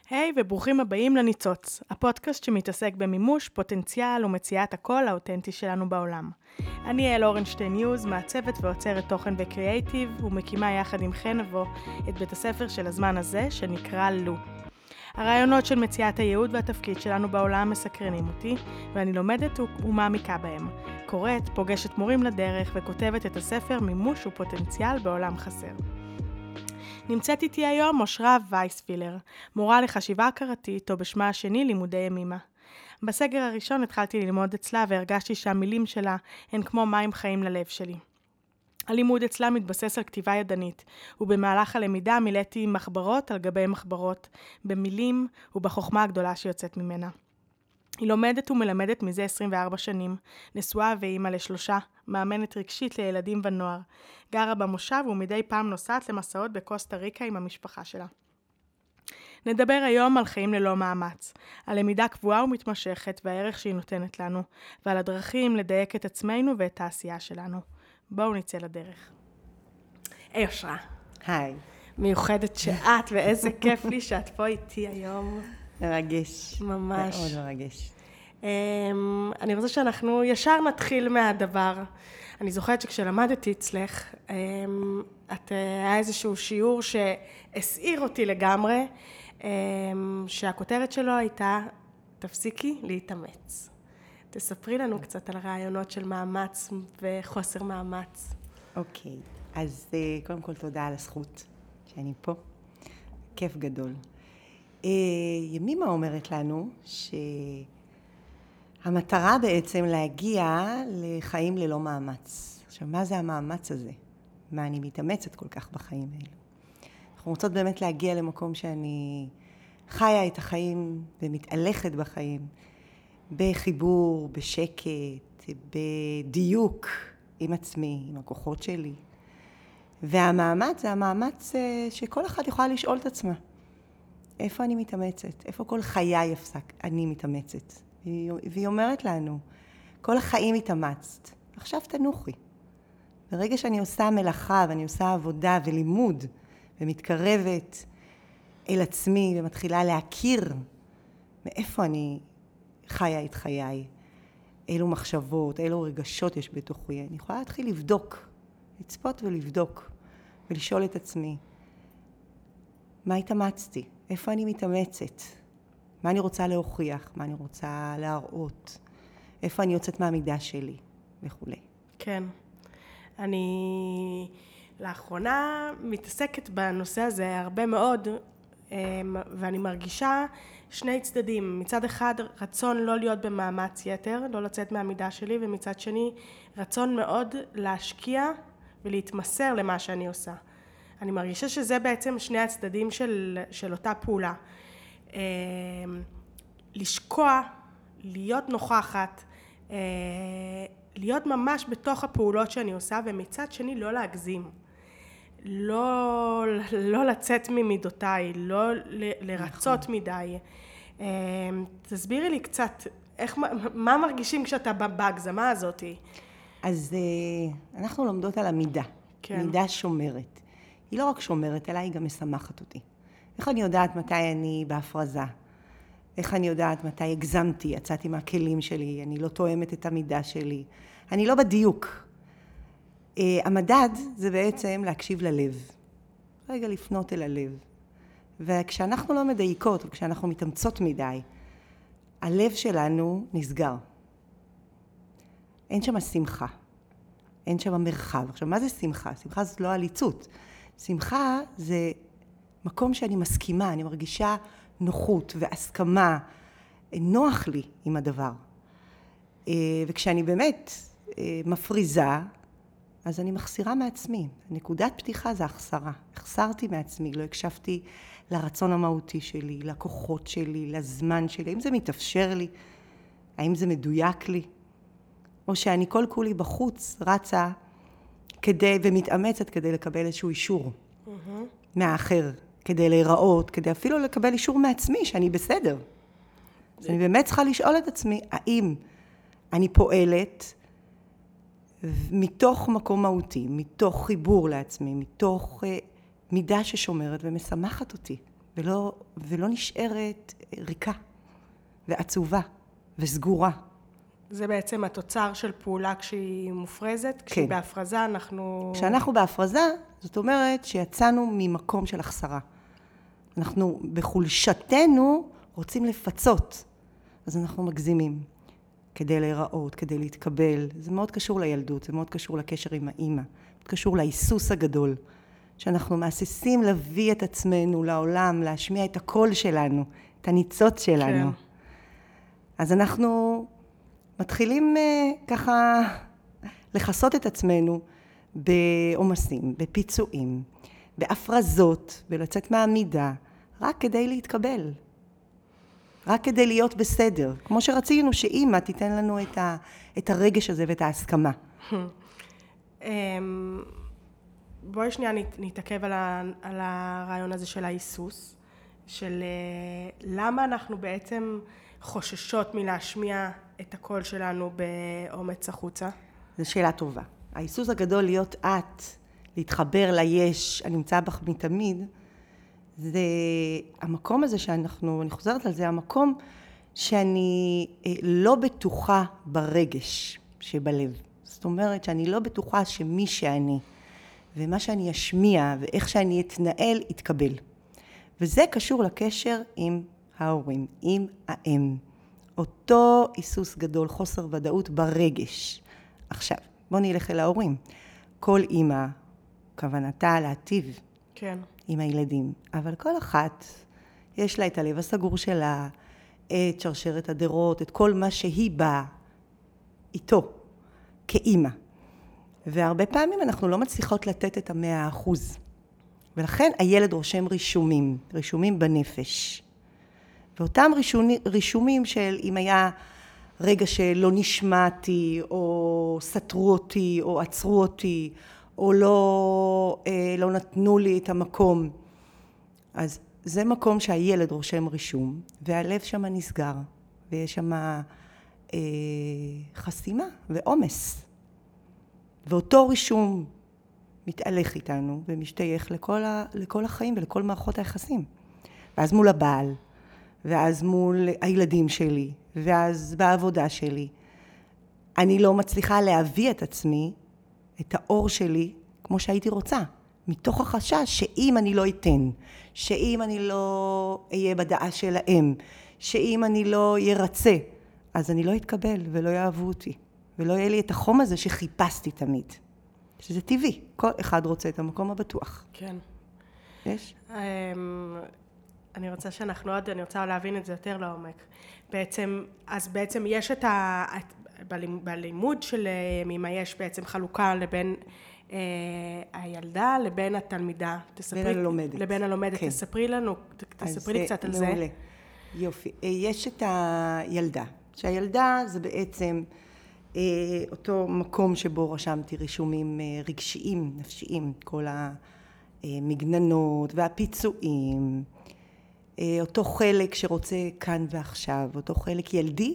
היי וברוכים הבאים לניצוץ, הפודקאסט שמתעסק במימוש, פוטנציאל ומציאת הקול האותנטי שלנו בעולם. אני יעל אורנשטיין ניוז, מעצבת ועוצרת תוכן וקריאייטיב, ומקימה יחד עם חן נבו את בית הספר של הזמן הזה שנקרא לו. הרעיונות של מציאת הייעוד והתפקיד שלנו בעולם מסקרנים אותי, ואני לומדת ומעמיקה בהם. קוראת, פוגשת מורים לדרך וכותבת את הספר מימוש ופוטנציאל בעולם חסר. נמצאת איתי היום אושרה וייספילר, מורה לחשיבה הכרתית, או בשמה השני לימודי ימימה. בסגר הראשון התחלתי ללמוד אצלה והרגשתי שהמילים שלה הן כמו מים חיים ללב שלי. הלימוד אצלה מתבסס על כתיבה ידנית, ובמהלך הלמידה מילאתי מחברות על גבי מחברות, במילים ובחוכמה הגדולה שיוצאת ממנה. היא לומדת ומלמדת מזה 24 שנים, נשואה ואימא לשלושה, מאמנת רגשית לילדים ונוער, גרה במושב ומדי פעם נוסעת למסעות בקוסטה ריקה עם המשפחה שלה. נדבר היום על חיים ללא מאמץ, על למידה קבועה ומתמשכת והערך שהיא נותנת לנו, ועל הדרכים לדייק את עצמנו ואת העשייה שלנו. בואו נצא לדרך. היי אושרה. היי. מיוחדת שאת, ואיזה כיף לי שאת פה איתי היום. מרגש. ממש. מאוד מרגש. אני רוצה שאנחנו ישר נתחיל מהדבר. אני זוכרת שכשלמדתי אצלך, היה איזשהו שיעור שהסעיר אותי לגמרי, שהכותרת שלו הייתה, תפסיקי להתאמץ. תספרי לנו קצת על הרעיונות של מאמץ וחוסר מאמץ. אוקיי, אז קודם כל תודה על הזכות שאני פה. כיף גדול. ימימה אומרת לנו שהמטרה בעצם להגיע לחיים ללא מאמץ. עכשיו, מה זה המאמץ הזה? מה אני מתאמצת כל כך בחיים האלו? אנחנו רוצות באמת להגיע למקום שאני חיה את החיים ומתהלכת בחיים, בחיבור, בשקט, בדיוק עם עצמי, עם הכוחות שלי. והמאמץ זה המאמץ שכל אחד יכולה לשאול את עצמה. איפה אני מתאמצת? איפה כל חיי אני מתאמצת? והיא אומרת לנו, כל החיים התאמצת, עכשיו תנוחי. ברגע שאני עושה מלאכה ואני עושה עבודה ולימוד ומתקרבת אל עצמי ומתחילה להכיר מאיפה אני חיה את חיי, אילו מחשבות, אילו רגשות יש בתוכי, אני יכולה להתחיל לבדוק, לצפות ולבדוק ולשאול את עצמי, מה התאמצתי? איפה אני מתאמצת? מה אני רוצה להוכיח? מה אני רוצה להראות? איפה אני יוצאת מהמידה שלי? וכו'. כן. אני לאחרונה מתעסקת בנושא הזה הרבה מאוד, ואני מרגישה שני צדדים. מצד אחד רצון לא להיות במאמץ יתר, לא לצאת מהמידה שלי, ומצד שני רצון מאוד להשקיע ולהתמסר למה שאני עושה. אני מרגישה שזה בעצם שני הצדדים של אותה פעולה. לשקוע, להיות נוכחת, להיות ממש בתוך הפעולות שאני עושה, ומצד שני לא להגזים. לא לצאת ממידותיי, לא לרצות מדי. תסבירי לי קצת, מה מרגישים כשאתה בהגזמה הזאת? אז אנחנו לומדות על המידה. כן. מידה שומרת. היא לא רק שומרת, אלא היא גם משמחת אותי. איך אני יודעת מתי אני בהפרזה? איך אני יודעת מתי הגזמתי, יצאתי מהכלים שלי, אני לא תואמת את המידה שלי, אני לא בדיוק. המדד זה בעצם להקשיב ללב. רגע לפנות אל הלב. וכשאנחנו לא מדייקות, וכשאנחנו מתאמצות מדי, הלב שלנו נסגר. אין שם שמחה. אין שם מרחב. עכשיו, מה זה שמחה? שמחה זאת לא עליצות. שמחה זה מקום שאני מסכימה, אני מרגישה נוחות והסכמה, נוח לי עם הדבר. וכשאני באמת מפריזה, אז אני מחסירה מעצמי. נקודת פתיחה זה החסרה. החסרתי מעצמי, לא הקשבתי לרצון המהותי שלי, לכוחות שלי, לזמן שלי. האם זה מתאפשר לי? האם זה מדויק לי? או שאני כל כולי בחוץ רצה ומתאמצת כדי לקבל איזשהו אישור מהאחר, כדי להיראות, כדי אפילו לקבל אישור מעצמי שאני בסדר. אז אני באמת צריכה לשאול את עצמי, האם אני פועלת מתוך מקום מהותי, מתוך חיבור לעצמי, מתוך מידה ששומרת ומשמחת אותי, ולא נשארת ריקה ועצובה וסגורה. זה בעצם התוצר של פעולה כשהיא מופרזת, כשהיא בהפרזה אנחנו... כשאנחנו בהפרזה, זאת אומרת שיצאנו ממקום של החסרה. אנחנו בחולשתנו רוצים לפצות, אז אנחנו מגזימים. כדי להיראות, כדי להתקבל. זה מאוד קשור לילדות, זה מאוד קשור לקשר עם האמא, מאוד קשור להיסוס הגדול, שאנחנו מאססים להביא את עצמנו לעולם, להשמיע את הקול שלנו, את הניצוץ שלנו. כן. אז אנחנו מתחילים ככה לחסות את עצמנו בעומסים, בפיצועים, בהפרזות, ולצאת מהעמידה, רק כדי להתקבל. רק כדי להיות בסדר, כמו שרצינו שאמא תיתן לנו את הרגש הזה ואת ההסכמה. בואי שנייה נתעכב על הרעיון הזה של ההיסוס, של למה אנחנו בעצם חוששות מלהשמיע את הקול שלנו באומץ החוצה? זו שאלה טובה. ההיסוס הגדול להיות את, להתחבר ליש, הנמצא בך מתמיד, זה המקום הזה אני חוזרת על זה, המקום שאני לא בטוחה ברגש שבלב. זאת אומרת שאני לא בטוחה שמי שאני ומה שאני אשמיע ואיך שאני אתנהל יתקבל. וזה קשור לקשר עם ההורים, עם האם. אותו היסוס גדול, חוסר ודאות ברגש. עכשיו, בוא נלך אל ההורים. כל אמא, כוונתה להטיב. כן. עם הילדים, אבל כל אחת יש לה את הלב הסגור שלה, את שרשרת הדרות, את כל מה שהיא באה איתו, כאימא. והרבה פעמים אנחנו לא מצליחות לתת את 100%. ולכן הילד רושם רישומים בנפש. ואותם רישומים של אם היה רגע שלא נשמעתי, או סתרו אותי, או עצרו אותי, או לא נתנו לי את המקום. אז זה מקום שהילד רושם רישום, והלב שם נסגר, ויש שם חסימה ועומס. ואותו רישום מתהלך איתנו, ומשתייך לכל החיים ולכל מערכות היחסים. ואז מול הבעל, ואז מול הילדים שלי, ואז בעבודה שלי. אני לא מצליחה להביא את עצמי, את האור שלי, כמו שהייתי רוצה, מתוך החשש שאם אני לא אתן, שאם אני לא אהיה בדעה שלהם, שאם אני לא ירצה, אז אני לא אתקבל ולא יאהבו אותי, ולא יהיה לי את החום הזה שחיפשתי תמיד. שזה טבעי, כל אחד רוצה את המקום הבטוח. כן. יש? אני רוצה להבין את זה יותר לעומק. אז בעצם יש בלימוד של מימה יש בעצם חלוקה לבין הילדה לבין התלמידה. לבין הלומדת. כן. תספרי לי קצת על זה. מעולה. יופי. יש את הילדה. שהילדה זה בעצם אותו מקום שבו רשמתי רישומים רגשיים, נפשיים, כל המגננות והפיצועים. אותו חלק שרוצה כאן ועכשיו, אותו חלק ילדי.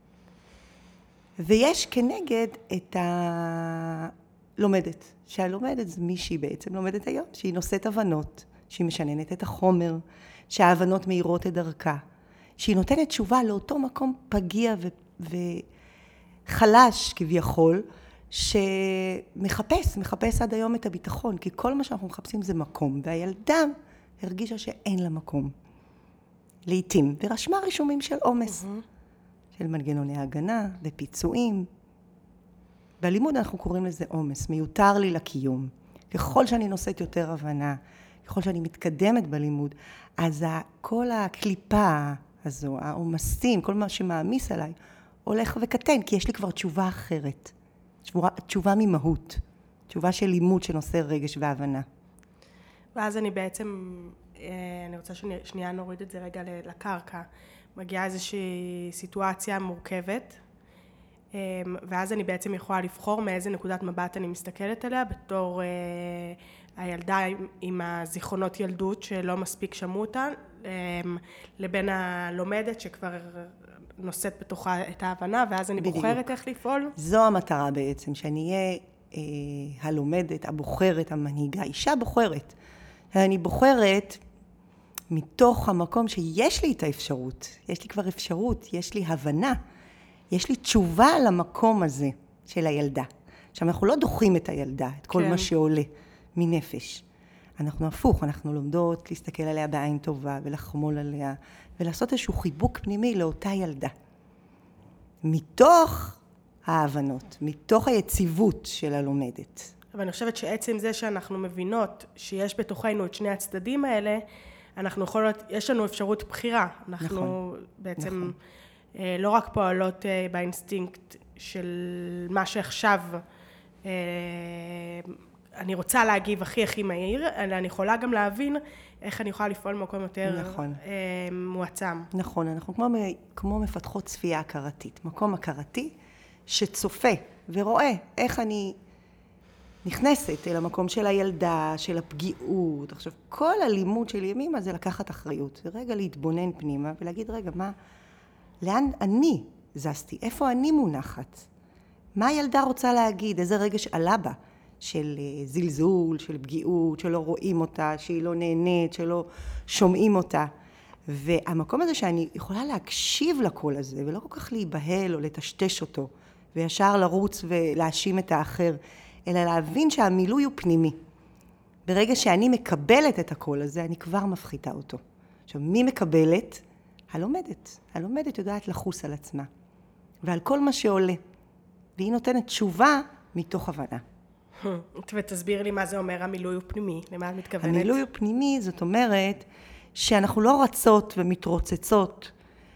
ויש כנגד את הלומדת, שהלומדת זה מישהי בעצם לומדת היום, שהיא נושאת הבנות, שהיא משננת את החומר, שההבנות מהירות את דרכה, שהיא נותנת תשובה לאותו מקום פגיע וחלש כביכול, מחפש עד היום את הביטחון, כי כל מה שאנחנו מחפשים זה מקום, והילדה הרגישה שאין לה מקום. לעתים, ורשמה רישומים של עומס. של מנגנוני הגנה ופיצועים. בלימוד אנחנו קוראים לזה עומס, מיותר לי לקיום. ככל שאני נושאת יותר הבנה, ככל שאני מתקדמת בלימוד, אז כל הקליפה הזו, העומסים, כל מה שמעמיס עליי, הולך וקטן, כי יש לי כבר תשובה אחרת. תשובה ממהות, תשובה של לימוד שנושא רגש והבנה. ואז אני רוצה שנייה נוריד את זה רגע לקרקע. מגיעה איזושהי סיטואציה מורכבת, ואז אני בעצם יכולה לבחור מאיזה נקודת מבט אני מסתכלת עליה, בתור הילדה עם הזיכרונות ילדות שלא מספיק שמעו אותן, לבין הלומדת שכבר נושאת בתוכה את ההבנה, ואז אני בוחרת איך לפעול. זו המטרה בעצם, שאני אהיה הלומדת, הבוחרת, המנהיגה, אישה בוחרת. אני בוחרת מתוך המקום שיש לי את האפשרות, יש לי כבר אפשרות, יש לי הבנה, יש לי תשובה למקום הזה של הילדה. עכשיו, אנחנו לא דוחים את הילדה, את כל מה שעולה מנפש. אנחנו הפוך, אנחנו לומדות להסתכל עליה בעין טובה ולחמול עליה, ולעשות איזשהו חיבוק פנימי לאותה ילדה. מתוך ההבנות, מתוך היציבות של הלומדת. אבל אני חושבת שעצם זה שאנחנו מבינות שיש בתוכנו את שני הצדדים האלה, אנחנו יכולות, יש לנו אפשרות בחירה. אנחנו בעצם לא רק פועלות באינסטינקט של מה שעכשיו אני רוצה להגיב הכי מהיר, אלא אני יכולה גם להבין איך אני יכולה לפעול במקום יותר מועצם. נכון, אנחנו כמו מפתחות צפייה הכרתית, מקום הכרתי שצופה ורואה איך אני נכנסת אל המקום של הילדה, של הפגיעות. עכשיו, כל הלימוד של ימימה זה לקחת אחריות, זה רגע להתבונן פנימה ולהגיד, רגע, לאן אני זזתי? איפה אני מונחת? מה הילדה רוצה להגיד? איזה רגע שעלה בה? של זלזול, של פגיעות, שלא רואים אותה, שהיא לא נהנית, שלא שומעים אותה. והמקום הזה שאני יכולה להקשיב לקול הזה, ולא כל כך להיבהל או לטשטש אותו, וישר לרוץ ולהאשים את האחר, אלא להבין שהמילוי הוא פנימי. ברגע שאני מקבלת את הקול הזה, אני כבר מפחיתה אותו. עכשיו, מי מקבלת? הלומדת. הלומדת יודעת לחוס על עצמה, ועל כל מה שעולה. והיא נותנת תשובה מתוך הבנה. ותסביר לי מה זה אומר המילוי הוא פנימי, למה את מתכוונת? המילוי הוא פנימי, זאת אומרת שאנחנו לא רצות ומתרוצצות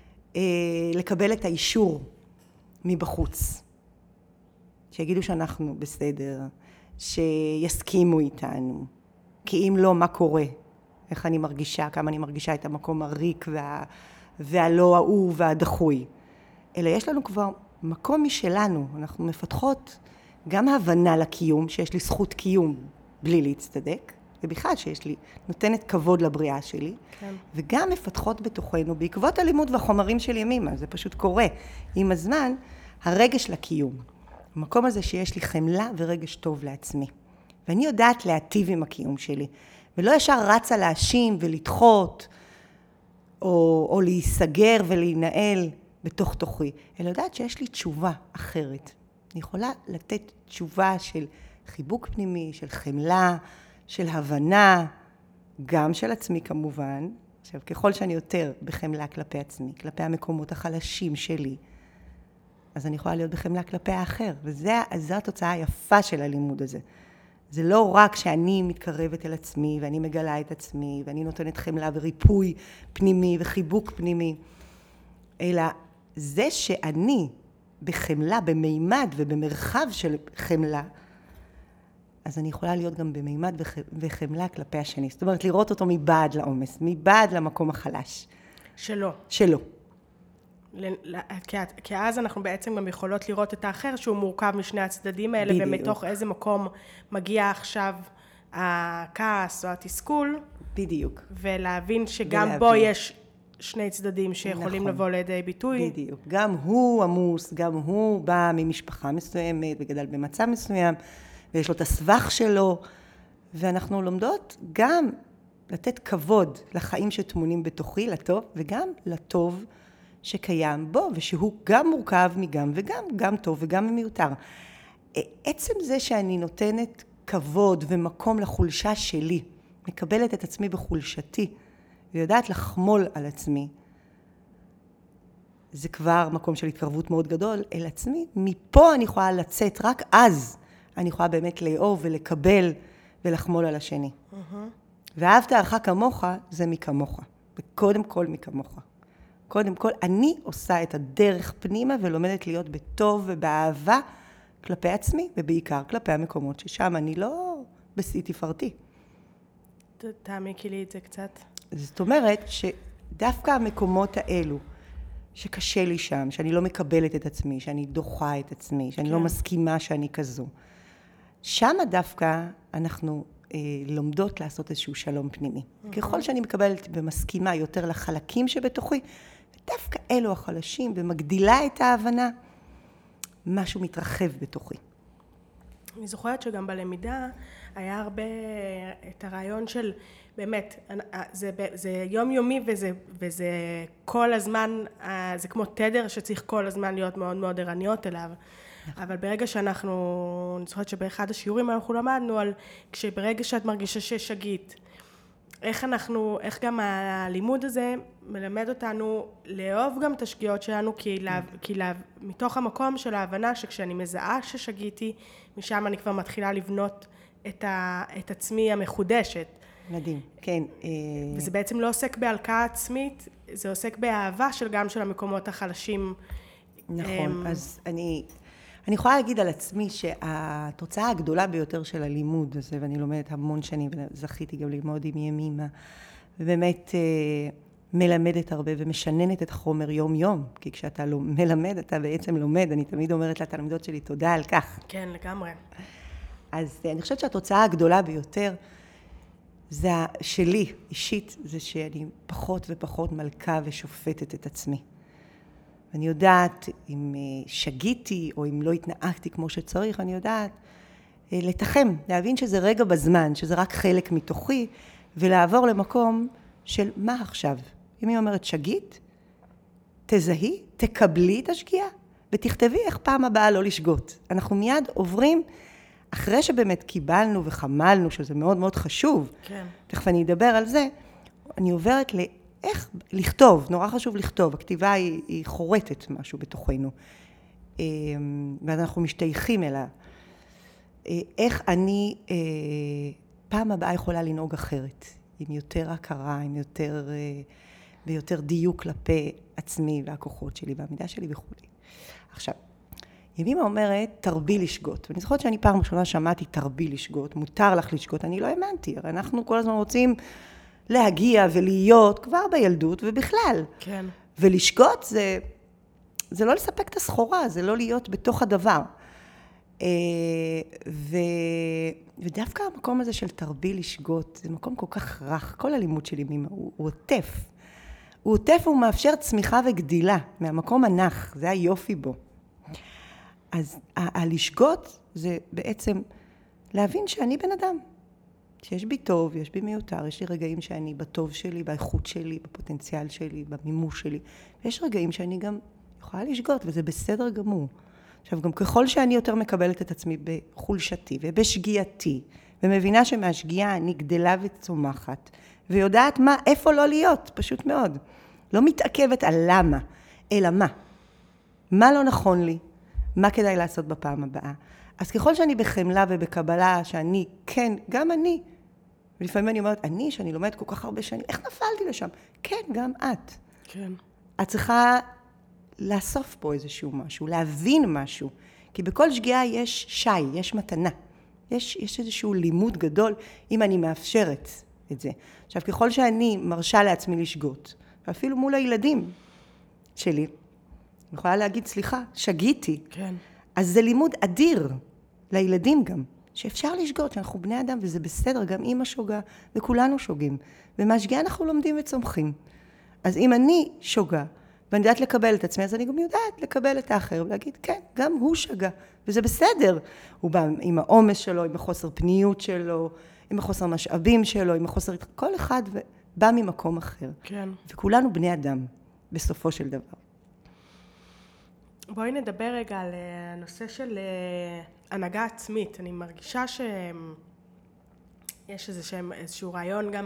לקבל את האישור מבחוץ. שיגידו שאנחנו בסדר, שיסכימו איתנו, כי אם לא, מה קורה? איך אני מרגישה, כמה אני מרגישה את המקום הריק והלא האהוב והדחוי. אלא יש לנו כבר מקום משלנו, אנחנו מפתחות גם הבנה לקיום, שיש לי זכות קיום בלי להצטדק, ובכלל שיש לי, נותנת כבוד לבריאה שלי, כן. וגם מפתחות בתוכנו, בעקבות הלימוד והחומרים של ימימה, זה פשוט קורה עם הזמן, הרגש לקיום. המקום הזה שיש לי חמלה ורגש טוב לעצמי. ואני יודעת להטיב עם הקיום שלי, ולא ישר רצה להאשים ולדחות, או להיסגר ולהינעל בתוך תוכי, אלא יודעת שיש לי תשובה אחרת. אני יכולה לתת תשובה של חיבוק פנימי, של חמלה, של הבנה, גם של עצמי כמובן. עכשיו, ככל שאני יותר בחמלה כלפי עצמי, כלפי המקומות החלשים שלי, אז אני יכולה להיות בחמלה כלפי האחר. וזו התוצאה היפה של הלימוד הזה. זה לא רק שאני מתקרבת אל עצמי, ואני מגלה את עצמי, ואני נותנת חמלה וריפוי פנימי וחיבוק פנימי, אלא זה שאני בחמלה, במימד ובמרחב של חמלה, אז אני יכולה להיות גם במימד וחמלה כלפי השני. זאת אומרת, לראות אותו מבעד לעומס, מבעד למקום החלש. שלו. כי אז אנחנו בעצם גם יכולות לראות את האחר שהוא מורכב משני הצדדים האלה, בדיוק. ומתוך איזה מקום מגיע עכשיו הכעס או התסכול. בדיוק. ולהבין שגם בו יש שני צדדים שיכולים לבוא לידי ביטוי. בדיוק. גם הוא עמוס, גם הוא בא ממשפחה מסוימת וגדל במצב מסוים, ויש לו את הסבך שלו, ואנחנו לומדות גם לתת כבוד לחיים שטמונים בתוכי, לטוב, וגם לטוב שקיים בו, ושהוא גם מורכב מגם וגם, גם טוב וגם מיותר. עצם זה שאני נותנת כבוד ומקום לחולשה שלי, מקבלת את עצמי בחולשתי, ויודעת לחמול על עצמי, זה כבר מקום של התקרבות מאוד גדול אל עצמי. מפה אני יכולה לצאת, רק אז אני יכולה באמת לאהוב ולקבל ולחמול על השני. ואהבת ערך כמוך, זה מכמוך. וקודם כל מכמוך. קודם כל, אני עושה את הדרך פנימה ולומדת להיות בטוב ובאהבה כלפי עצמי, ובעיקר כלפי המקומות ששם אני לא בשיא תפארתי. תעמיקי לי את זה קצת. זאת אומרת שדווקא המקומות האלו, שקשה לי שם, שאני לא מקבלת את עצמי, שאני דוחה את עצמי, שאני לא מסכימה שאני כזו, שם דווקא אנחנו לומדות לעשות איזשהו שלום פנימי. ככל שאני מקבלת ומסכימה יותר לחלקים שבתוכי, ודווקא אלו החלשים, ומגדילה את ההבנה, משהו מתרחב בתוכי. אני זוכרת שגם בלמידה היה הרבה את הרעיון של באמת, זה יומיומי וזה כל הזמן, זה כמו תדר שצריך כל הזמן להיות מאוד מאוד ערניות אליו. אבל ברגע שאנחנו, אני זוכרת שבאחד השיעורים אנחנו למדנו על כשברגע שאת מרגישה ששגית, איך גם הלימוד הזה מלמד אותנו לאהוב גם את השגיאות שלנו, כי מתוך המקום של ההבנה שכשאני מזהה ששגיתי, משם אני כבר מתחילה לבנות את עצמי המחודשת. מדהים, כן. וזה בעצם לא עוסק בהלקאה עצמית, זה עוסק באהבה גם של המקומות החלשים. נכון, אז אני יכולה להגיד על עצמי שהתוצאה הגדולה ביותר של הלימוד הזה, ואני לומדת המון שנים, וזכיתי גם ללמוד עם ימימה, ובאמת מלמדת הרבה ומשננת את החומר יום יום, כי כשאתה מלמד, אתה בעצם לומד, אני תמיד אומרת לתלמידות שלי, תודה על כך. כן, לגמרי. אז אני חושבת שהתוצאה הגדולה ביותר, זה שלי, אישית, זה שאני פחות ופחות מלכה ושופטת את עצמי. אני יודעת אם שגיתי או אם לא התנהגתי כמו שצריך, אני יודעת לתחם, להבין שזה רגע בזמן, שזה רק חלק מתוכי, ולעבור למקום של מה עכשיו. אם היא אומרת שגית, תזהי, תקבלי את השגיאה, ותכתבי איך פעם הבאה לא לשגות. אנחנו מיד עוברים, אחרי שבאמת קיבלנו וחמלנו, שזה מאוד מאוד חשוב, כן. תכף אני אדבר על זה, אני עוברת איך לכתוב, נורא חשוב לכתוב, הכתיבה היא חורטת משהו בתוכנו, ואז אנחנו משתייכים אליה. איך אני פעם הבאה יכולה לנהוג אחרת, עם יותר הכרה, עם ביותר דיוק כלפי עצמי והכוחות שלי והמידה שלי וכו'. עכשיו, ימימה אומרת, תרבי לשגות. ואני זוכרת שאני פעם ראשונה שמעתי, תרבי לשגות, מותר לך לשגות, אני לא האמנתי, הרי אנחנו כל הזמן רוצים להגיע ולהיות כבר בילדות ובכלל. כן. ולשגות זה לא לספק את הסחורה, זה לא להיות בתוך הדבר. ודווקא המקום הזה של תרבי לשגות, זה מקום כל כך רך, כל הלימוד שלי מימה, הוא עוטף. הוא עוטף והוא מאפשר צמיחה וגדילה, מהמקום הנח, זה היופי בו. אז הלשגות זה בעצם להבין שאני בן אדם. שיש בי טוב, יש בי מיותר, יש לי רגעים שאני בטוב שלי, באיכות שלי, בפוטנציאל שלי, במימוש שלי. ויש רגעים שאני גם יכולה לשגות, וזה בסדר גמור. עכשיו, גם ככל שאני יותר מקבלת את עצמי בחולשתי ובשגיאתי, ומבינה שמהשגיאה אני גדלה וצומחת, ויודעת איפה לא להיות, פשוט מאוד. לא מתעכבת על למה, אלא מה. מה לא נכון לי? מה כדאי לעשות בפעם הבאה? אז ככל שאני בחמלה ובקבלה, שאני, כן, גם אני, ולפעמים אני אומרת, שאני לומדת כל כך הרבה שנים, איך נפלתי לשם? כן, גם את. כן. את צריכה לאסוף פה איזשהו משהו, להבין משהו, כי בכל שגיאה יש שי, יש מתנה. יש איזשהו לימוד גדול, אם אני מאפשרת את זה. עכשיו, ככל שאני מרשה לעצמי לשגות, ואפילו מול הילדים שלי, אני יכולה להגיד, סליחה, שגיתי. כן. אז זה לימוד אדיר לילדים גם, שאפשר לשגות, שאנחנו בני אדם, וזה בסדר, גם אמא שוגה, וכולנו שוגים. ומהשגיאה אנחנו לומדים וצומחים. אז אם אני שוגה, ואני יודעת לקבל את עצמי, אז אני גם יודעת לקבל את האחר, ולהגיד, כן, גם הוא שגה, וזה בסדר. הוא בא עם העומס שלו, עם החוסר פניות שלו, עם החוסר משאבים שלו, עם החוסר... כל אחד בא ממקום אחר. כן. וכולנו בני אדם, בסופו של דבר. בואי נדבר רגע על הנושא של הנהגה עצמית. אני מרגישה שיש איזשהו רעיון גם,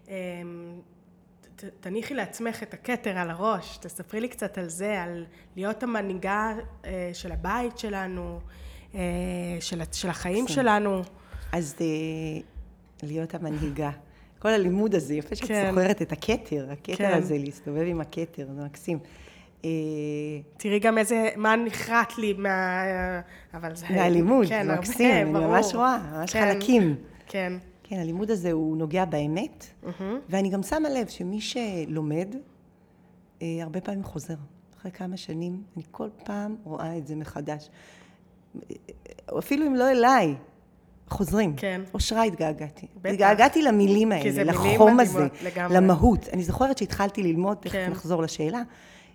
תניחי לעצמך את הכתר על הראש, תספרי לי קצת על זה, על להיות המנהיגה של הבית שלנו, של החיים שלנו. אז להיות המנהיגה. כל הלימוד הזה, יפה שאת זוכרת את הכתר, הכתר הזה, להסתובב עם הכתר, זה מקסים. תראי גם מה נחרט לי מהלימוד, זה מקסים, אני ממש רואה, ממש חלקים. כן. כן, הלימוד הזה הוא נוגע באמת, ואני גם שמה לב שמי שלומד, הרבה פעמים חוזר. אחרי כמה שנים, אני כל פעם רואה את זה מחדש. אפילו אם לא אליי, חוזרים. כן. אושרה התגעגעתי. התגעגעתי למילים האלה, לחום הזה, למהות. אני זוכרת שהתחלתי ללמוד, תכף נחזור לשאלה,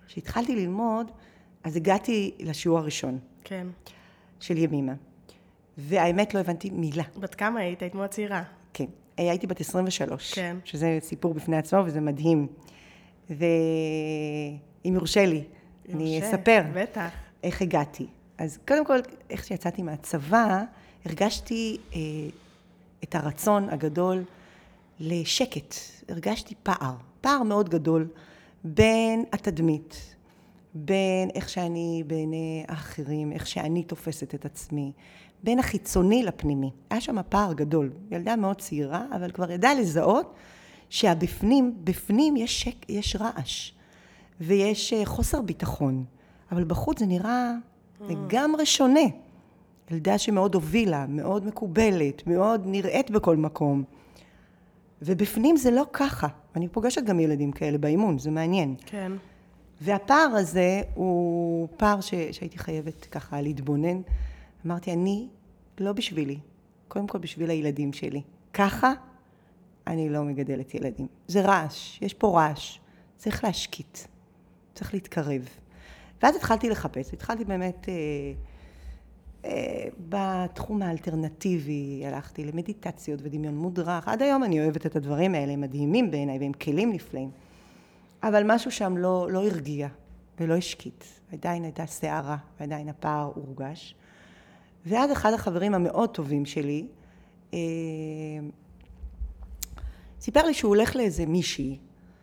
כשהתחלתי ללמוד, אז הגעתי לשיעור הראשון. כן. של ימימה. והאמת לא הבנתי מילה. בת כמה היית? היית מאוד צעירה. כן, הייתי בת 23, כן. שזה סיפור בפני עצמו וזה מדהים. ואם יורשה לי, אני אספר בטח. איך הגעתי. אז קודם כל, איך שיצאתי מהצבא, הרגשתי את הרצון הגדול לשקט. הרגשתי פער מאוד גדול בין התדמית, בין איך שאני בעיני האחרים, איך שאני תופסת את עצמי, בין החיצוני לפנימי. היה שם פער גדול. ילדה מאוד צעירה, אבל כבר ידעה לזהות שהבפנים יש רעש, ויש חוסר ביטחון. אבל בחוץ זה נראה לגמרי שונה. ילדה שמאוד הובילה, מאוד מקובלת, מאוד נראית בכל מקום. ובפנים זה לא ככה. אני פוגשת גם ילדים כאלה באימון, זה מעניין. כן. והפער הזה הוא פער שהייתי חייבת ככה להתבונן. אמרתי, אני לא בשבילי, קודם כל בשביל הילדים שלי. ככה אני לא מגדלת ילדים. זה רעש, יש פה רעש. צריך להשקיט, צריך להתקרב. ואז התחלתי לחפש, התחלתי באמת בתחום האלטרנטיבי, הלכתי למדיטציות ודמיון מודרך. עד היום אני אוהבת את הדברים האלה, הם מדהימים בעיניי והם כלים נפלאים. אבל משהו שם לא הרגיע ולא השקיט. עדיין הייתה שערה, ועדיין הפער הורגש. ואז אחד החברים המאוד טובים שלי, סיפר לי שהוא הולך לאיזה מישהי,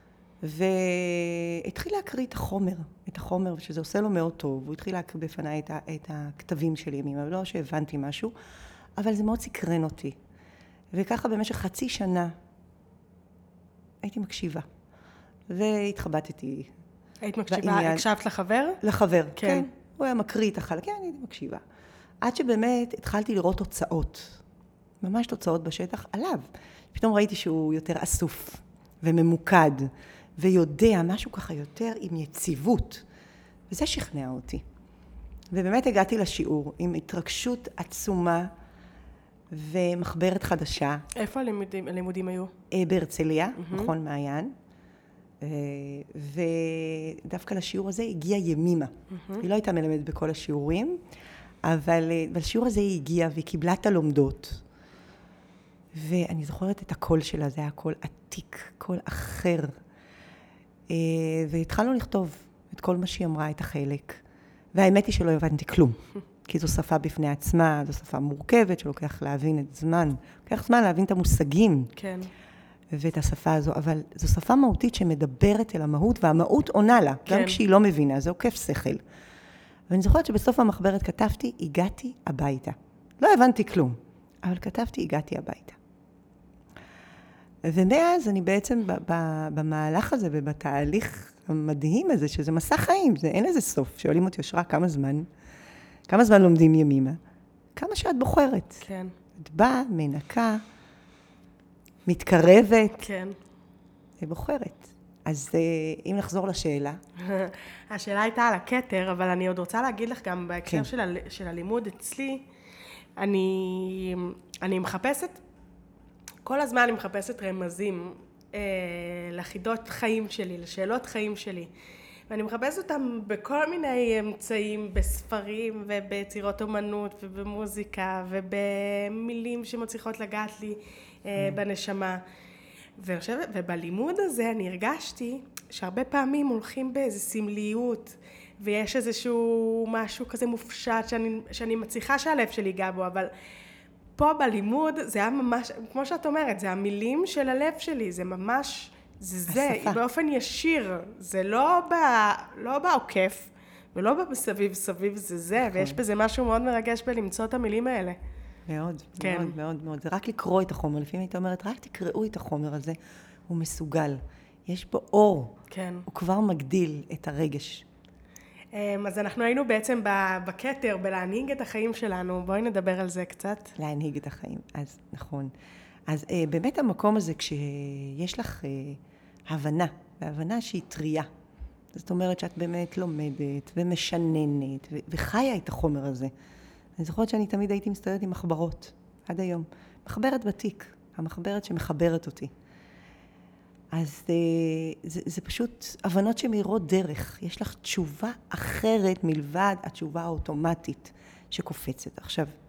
והתחיל להקריא את החומר, שזה עושה לו מאוד טוב. הוא התחיל להקריא בפניי את הכתבים שלי ימים, אבל לא שהבנתי משהו, אבל זה מאוד סקרן אותי. וככה במשך חצי שנה הייתי מקשיבה. והתחבטתי. היית מקשיבה? הקשבת לחבר? לחבר, כן. כן. הוא היה מקריא את החלק, כן, הייתי מקשיבה. עד שבאמת התחלתי לראות תוצאות, ממש תוצאות בשטח עליו. פתאום ראיתי שהוא יותר אסוף וממוקד, ויודע משהו ככה יותר עם יציבות. וזה שכנע אותי. ובאמת הגעתי לשיעור עם התרגשות עצומה ומחברת חדשה. איפה הלימודים היו? בהרצליה, מכון מעיין. ודווקא לשיעור הזה הגיעה ימימה. היא לא הייתה מלמדת בכל השיעורים, אבל בשיעור הזה היא הגיעה והיא קיבלה את הלומדות. ואני זוכרת את הקול שלה, זה היה קול עתיק, קול אחר. והתחלנו לכתוב את כל מה שהיא אמרה, את החלק. והאמת היא שלא הבנתי כלום. כי זו שפה בפני עצמה, זו שפה מורכבת שלוקח להבין את זמן. לוקח זמן להבין את המושגים. כן. ואת השפה הזו, אבל זו שפה מהותית שמדברת אל המהות, והמהות עונה לה, כן. גם כשהיא לא מבינה, זה עוקף שכל. ואני זוכרת שבסוף המחברת כתבתי, הגעתי הביתה. לא הבנתי כלום, אבל כתבתי, הגעתי הביתה. ומאז אני בעצם במהלך הזה ובתהליך המדהים הזה, שזה מסע חיים, אין לזה סוף. שואלים אותי, אושרה, כמה זמן לומדים ימימה? כמה שאת בוחרת. כן. את באה, מנקה, מתקרבת. כן. בוחרת. אז אם נחזור לשאלה. השאלה הייתה על הכתר, אבל אני עוד רוצה להגיד לך גם בהקשר כן. של הלימוד אצלי, אני מחפשת, כל הזמן אני מחפשת רמזים לחידות חיים שלי, לשאלות חיים שלי. ואני מחפשת אותם בכל מיני אמצעים, בספרים וביצירות אומנות ובמוזיקה ובמילים שמצליחות לגעת לי בנשמה. ובלימוד הזה אני הרגשתי שהרבה פעמים הולכים באיזו סמליות, ויש איזשהו משהו כזה מופשט שאני מצליחה שהלב שלי ייגע בו, אבל פה בלימוד זה היה ממש, כמו שאת אומרת, זה המילים של הלב שלי, זה ממש, זה, באופן ישיר, זה לא בעוקף, ולא בסביב, זה, ויש בזה משהו מאוד מרגש בלמצוא את המילים האלה. מאוד, כן. מאוד, מאוד, מאוד. זה רק לקרוא את החומר. לפעמים היית אומרת, רק תקראו את החומר הזה. הוא מסוגל. יש בו אור. כן. הוא כבר מגדיל את הרגש. אז אנחנו היינו בעצם בכתר, בלהנהיג את החיים שלנו. בואי נדבר על זה קצת. להנהיג את החיים. אז נכון. אז באמת המקום הזה, כשיש לך הבנה, והבנה שהיא טריה. זאת אומרת שאת באמת לומדת ומשננת וחיה את החומר הזה. אני זוכרת שאני תמיד הייתי מסתובבת עם מחברות, עד היום. מחברת בתיק, המחברת שמחברת אותי. אז זה פשוט הבנות שמאירות דרך. יש לך תשובה אחרת מלבד התשובה האוטומטית שקופצת. עכשיו,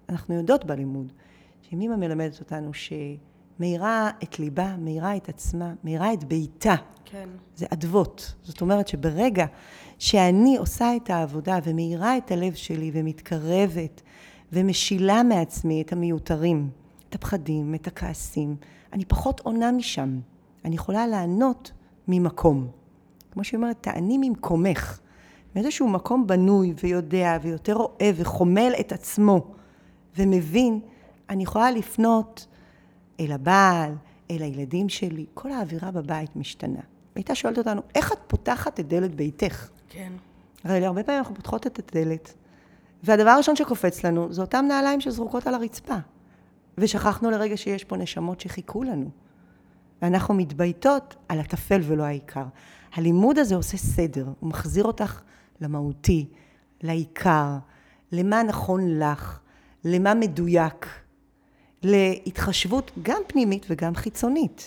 אנחנו יודעות בלימוד, שמימה מלמדת אותנו שמאירה את ליבה, מאירה את עצמה, מאירה את ביתה. כן. זה אדוות. זאת אומרת שברגע שאני עושה את העבודה ומאירה את הלב שלי ומתקרבת ומשילה מעצמי את המיותרים, את הפחדים, את הכעסים, אני פחות עונה משם. אני יכולה לענות ממקום. כמו שהיא אומרת, תעני ממקומך. מאיזשהו מקום בנוי ויודע ויותר אוהב וחומל את עצמו ומבין, אני יכולה לפנות אל הבעל, אל הילדים שלי. כל האווירה בבית משתנה. הייתה שואלת אותנו, איך את פותחת את דלת ביתך? כן. הרי הרבה פעמים אנחנו פותחות את הדלת, והדבר הראשון שקופץ לנו, זה אותם נעליים שזרוקות על הרצפה. ושכחנו לרגע שיש פה נשמות שחיכו לנו. ואנחנו מתבייתות על התפל ולא העיקר. הלימוד הזה עושה סדר, הוא מחזיר אותך למהותי, לעיקר, למה נכון לך, למה מדויק, להתחשבות גם פנימית וגם חיצונית.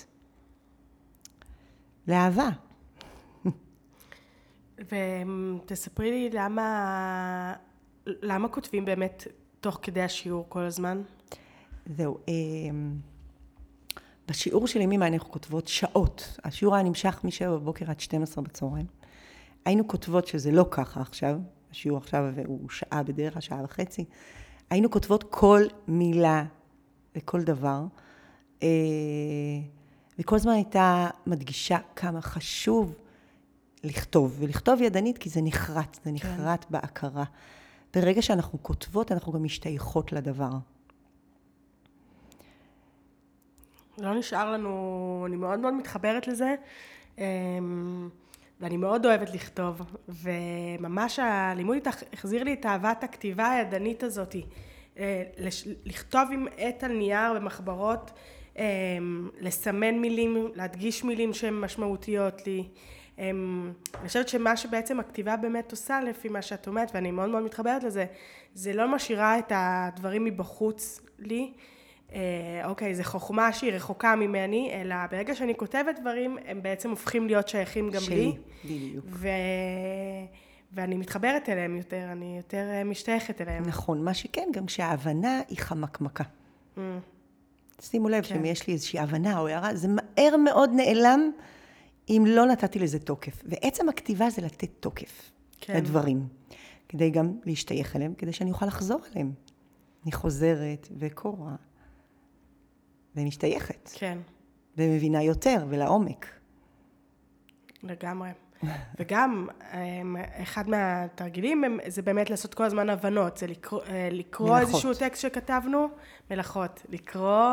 לאהבה. ותספרי לי למה כותבים באמת תוך כדי השיעור כל הזמן? זהו, בשיעור של מימה אנחנו כותבות שעות. השיעור היה נמשך מ-7 בבוקר עד 12 בצהריים. היינו כותבות שזה לא ככה עכשיו, השיעור עכשיו הוא שעה בדרך, שעה וחצי. היינו כותבות כל מילה וכל דבר, וכל הזמן הייתה מדגישה כמה חשוב לכתוב, ולכתוב ידנית כי זה נחרט, זה נחרט בהכרה. ברגע שאנחנו כותבות, אנחנו גם משתייכות לדבר. לא נשאר לנו, אני מאוד מאוד מתחברת לזה, ואני מאוד אוהבת לכתוב, וממש הלימוד איתך החזיר לי את אהבת הכתיבה הידנית הזאת, לכתוב עם עט על נייר במחברות, לסמן מילים, להדגיש מילים שהן משמעותיות לי. אני חושבת שמה שבעצם הכתיבה באמת עושה לפי מה שאת אומרת, ואני מאוד מאוד מתחברת לזה, זה לא משאירה את הדברים מבחוץ לי, אוקיי, זה חוכמה שהיא רחוקה ממני, אלא ברגע שאני כותבת דברים, הם בעצם הופכים להיות שייכים גם לי. בדיוק. ואני מתחברת אליהם יותר, אני יותר משתייכת אליהם. נכון, מה שכן, גם שההבנה היא חמקמקה. שימו לב שאם יש לי איזושהי הבנה או הערה, זה מהר מאוד נעלם אם לא נתתי לזה תוקף. ועצם הכתיבה זה לתת תוקף לדברים, כדי גם להשתייך אליהם, כדי שאני אוכל לחזור אליהם. אני חוזרת וקוראה. ומשתייכת. כן. ומבינה יותר ולעומק. לגמרי. וגם, אחד מהתרגילים זה באמת לעשות כל הזמן הבנות, זה לקרוא איזשהו טקסט שכתבנו, מלאכות, לקרוא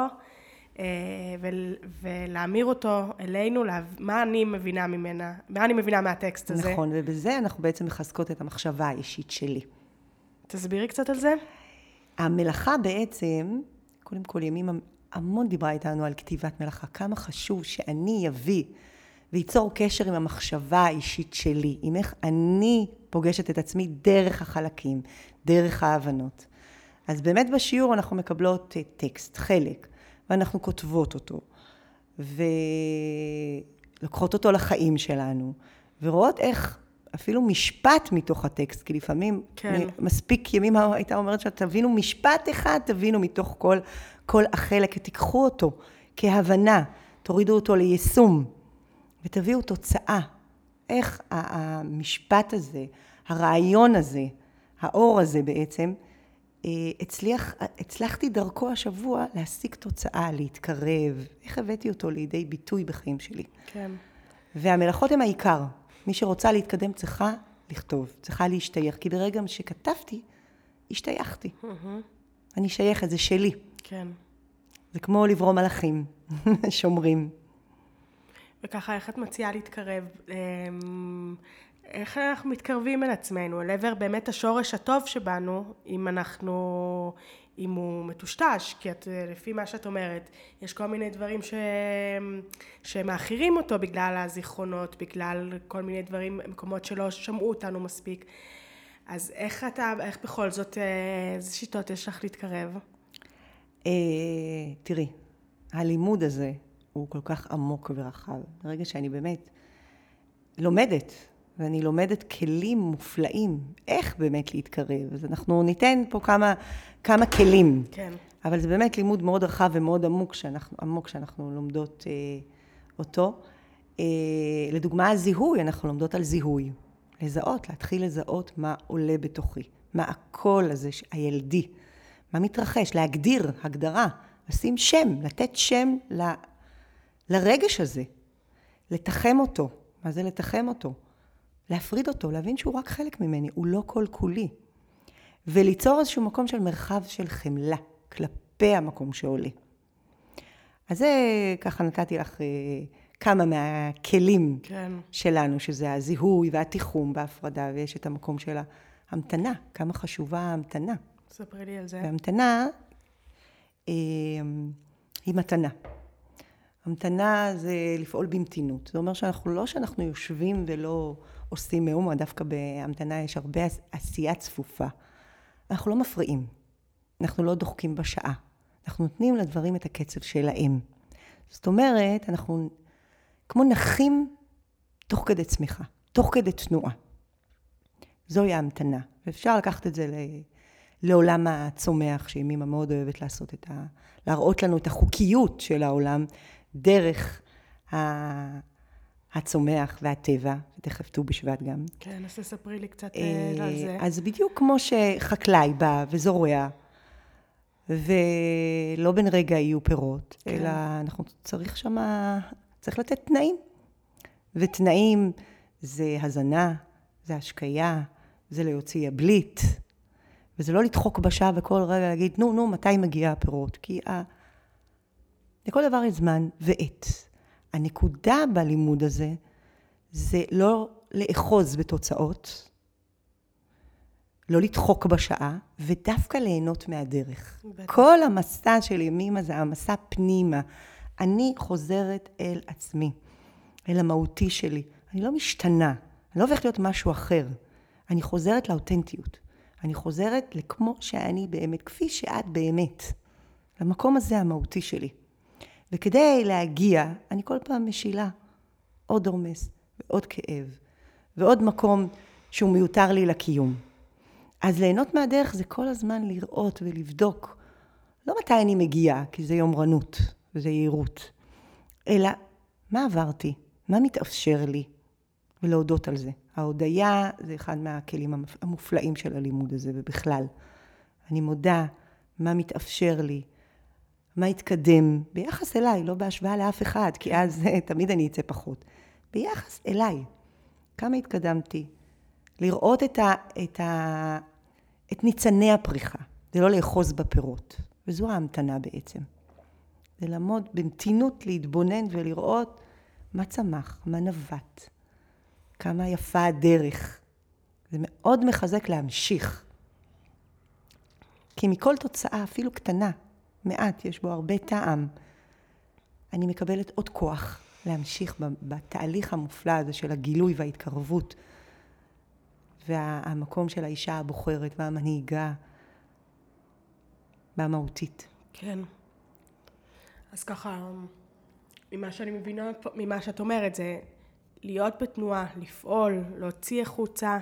ולהמיר אותו אלינו, מה אני מבינה ממנה, מה אני מבינה מהטקסט הזה. נכון, ובזה אנחנו בעצם מחזקות את המחשבה האישית שלי. תסבירי קצת על זה. המלאכה בעצם, קודם כל ימימה המון דיברה איתנו על כתיבת מלאכה, כמה חשוב שאני אביא ויצור קשר עם המחשבה האישית שלי, עם איך אני פוגשת את עצמי דרך החלקים, דרך ההבנות. אז באמת בשיעור אנחנו מקבלות טקסט, חלק, ואנחנו כותבות אותו, ולוקחות אותו לחיים שלנו, ורואות איך אפילו משפט מתוך הטקסט, כי לפעמים מספיק ימימה הייתה אומרת שתבינו משפט אחד, תבינו מתוך כל החלק, תיקחו אותו כהבנה, תורידו אותו ליישום, ותביאו תוצאה. איך המשפט הזה, הרעיון הזה, האור הזה בעצם, הצלחתי דרכו השבוע להשיג תוצאה, להתקרב, איך הבאתי אותו לידי ביטוי בחיים שלי. כן. והמלאכות הם העיקר. מי שרוצה להתקדם צריכה לכתוב, צריכה להשתייך, כי ברגע שכתבתי, השתייכתי. אני שייכת, זה שלי. כן. זה כמו לברוא מלאכים, שומרים. וככה, איך את מציעה להתקרב? איך אנחנו מתקרבים אל עצמנו? אל עבר באמת השורש הטוב שבנו, אם הוא מטושטש, כי לפי מה שאת אומרת, יש כל מיני דברים שמאחירים אותו בגלל הזיכרונות, בגלל כל מיני דברים, מקומות שלא שמעו אותנו מספיק. אז איך בכל זאת, איזה שיטות יש לך להתקרב? תראי, הלימוד הזה הוא כל כך עמוק ורחב. ברגע שאני באמת לומדת ואני לומדת כלים מופלאים, איך באמת להתקרב. אז אנחנו ניתן פה כמה כלים. כן. אבל זה באמת לימוד מאוד רחב ומאוד עמוק שאנחנו לומדות אותו. לדוגמה, הזיהוי, אנחנו לומדות על זיהוי. לזהות, להתחיל לזהות מה עולה בתוכי. מה הקול הזה, הילדי. מה מתרחש, להגדיר, הגדרה, לשים שם, לתת שם לרגש הזה. לתחם אותו. מה זה לתחם אותו? להפריד אותו, להבין שהוא רק חלק ממני, הוא לא כל כולי. וליצור איזשהו מקום של מרחב של חמלה, כלפי המקום שעולה. אז זה ככה נתתי לך כמה מהכלים שלנו, שזה הזיהוי והתיחום בהפרדה, ויש את המקום של ההמתנה, כמה חשובה ההמתנה. ספרי לי על זה. והמתנה היא מתנה. המתנה זה לפעול במתינות. זה אומר שאנחנו יושבים ולא עושים מאומה, דווקא בהמתנה יש הרבה עשייה צפופה. אנחנו לא מפריעים, אנחנו לא דוחקים בשעה. אנחנו נותנים לדברים את הקצב שלהם. זאת אומרת, אנחנו כמו נחים תוך כדי צמיחה, תוך כדי תנועה. זוהי ההמתנה. ואפשר לקחת את זה לעולם הצומח, שאימימה מאוד אוהבת לעשות להראות לנו את החוקיות של העולם, דרך הצומח והטבע, ותכף ט"ו בשבט גם. כן, אז תספרי לי קצת על זה. אז בדיוק כמו שחקלאי בא וזורע, ולא בן רגע יהיו פירות, כן. אלא אנחנו צריך לתת תנאים. ותנאים זה הזנה, זה השקיה, זה להוציא הבליט, וזה לא לדחוק בשעה וכל רגע להגיד, נו, מתי מגיע הפירות? כי לכל דבר יש זמן ועת. הנקודה בלימוד הזה, זה לא לאחוז בתוצאות, לא לדחוק בשעה, ודווקא ליהנות מהדרך. בטח. כל המסע של ימימה זה המסע פנימה. אני חוזרת אל עצמי, אל המהותי שלי. אני לא משתנה, אני לא הולכת להיות משהו אחר. אני חוזרת לאותנטיות. אני חוזרת לכמו שאני באמת, כפי שאת באמת. למקום הזה המהותי שלי. וכדי להגיע, אני כל פעם משילה עוד עומס ועוד כאב, ועוד מקום שהוא מיותר לי לקיום. אז ליהנות מהדרך זה כל הזמן לראות ולבדוק, לא מתי אני מגיעה, כי זה יומרנות וזה יעירות, אלא מה עברתי, מה מתאפשר לי, ולהודות על זה. ההודיה זה אחד מהכלים המופלאים של הלימוד הזה, ובכלל. אני מודה מה מתאפשר לי, מה התקדם, ביחס אליי, לא בהשוואה לאף אחד, כי אז תמיד אני אצא פחות. ביחס אליי, כמה התקדמתי, לראות את ניצני הפריחה, זה לא לאחוז בפירות, וזו ההמתנה בעצם. זה לעמוד במתינות, להתבונן ולראות מה צמח, מה נבט, כמה יפה הדרך. זה מאוד מחזק להמשיך. כי מכל תוצאה, אפילו קטנה, מעט, יש בו הרבה טעם, אני מקבלת עוד כוח להמשיך בתהליך המופלא הזה של הגילוי וההתקרבות, והמקום של האישה הבוחרת והמנהיגה והמהותית. כן. אז ככה, ממה שאני מבינה, ממה שאת אומרת, זה להיות בתנועה, לפעול, להוציא החוצה,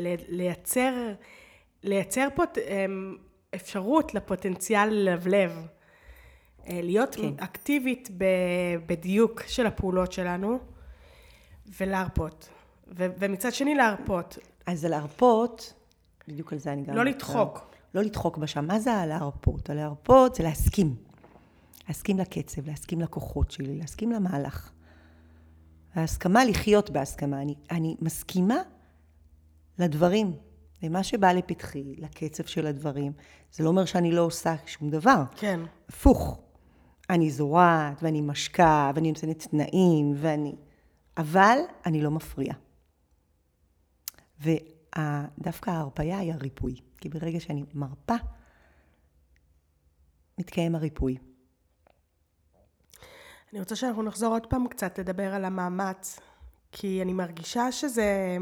לייצר פה אפשרות לפוטנציאל ללבלב. להיות כן. אקטיבית בדיוק של הפעולות שלנו, ולהרפות. ומצד שני להרפות. אז זה להרפות, בדיוק על זה אני גם... לא לדחוק. לא לדחוק בשם. מה זה להרפות? להרפות זה להסכים. להסכים לקצב, להסכים לכוחות שלי, להסכים למהלך. ההסכמה לחיות בהסכמה. אני מסכימה לדברים, למה שבא לפתחי, לקצב של הדברים. זה לא אומר שאני לא עושה שום דבר. כן. הפוך. אני זורעת, ואני משקה, ואני נותנת תנאים, אבל אני לא מפריעה. ודווקא ההרפאיה היא הריפוי. כי ברגע שאני מרפה, מתקיים הריפוי. אני רוצה שאנחנו נחזור עוד פעם קצת לדבר על המאמץ, כי אני מרגישה שזה...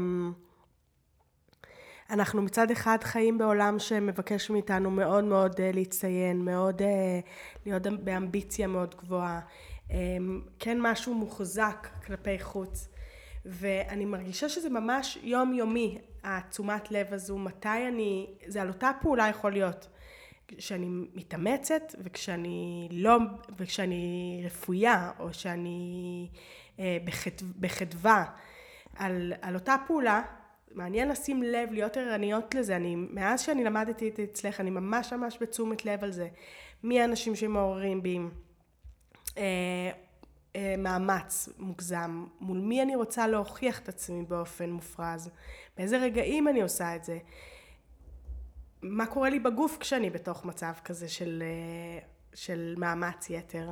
אנחנו מצד אחד חיים בעולם שמבקש מאיתנו מאוד מאוד להצטיין, מאוד להיות באמביציה מאוד גבוהה, כן משהו מוחזק כלפי חוץ, ואני מרגישה שזה ממש יומיומי, התשומת לב הזו, מתי זה על אותה פעולה יכול להיות. כשאני מתאמצת, וכשאני רפויה, או שאני בחדווה, על אותה פעולה, מעניין לשים לב, להיות ערניות לזה. מאז שאני למדתי את אצלך, אני ממש בתשומת לב על זה. מי האנשים שמעוררים בי מאמץ מוגזם, מול מי אני רוצה להוכיח את עצמי באופן מופרז, באיזה רגעים אני עושה את זה, מה קורה לי בגוף כשאני בתוך מצב כזה של מאמץ יתר.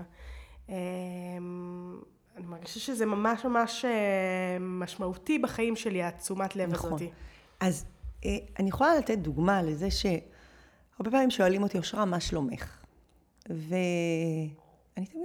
אני מרגישה שזה ממש משמעותי בחיים שלי, התשומת לב נכון. הזאת. אז אני יכולה לתת דוגמה לזה שהרבה פעמים שואלים אותי, אושרה, מה שלומך? ואני תמיד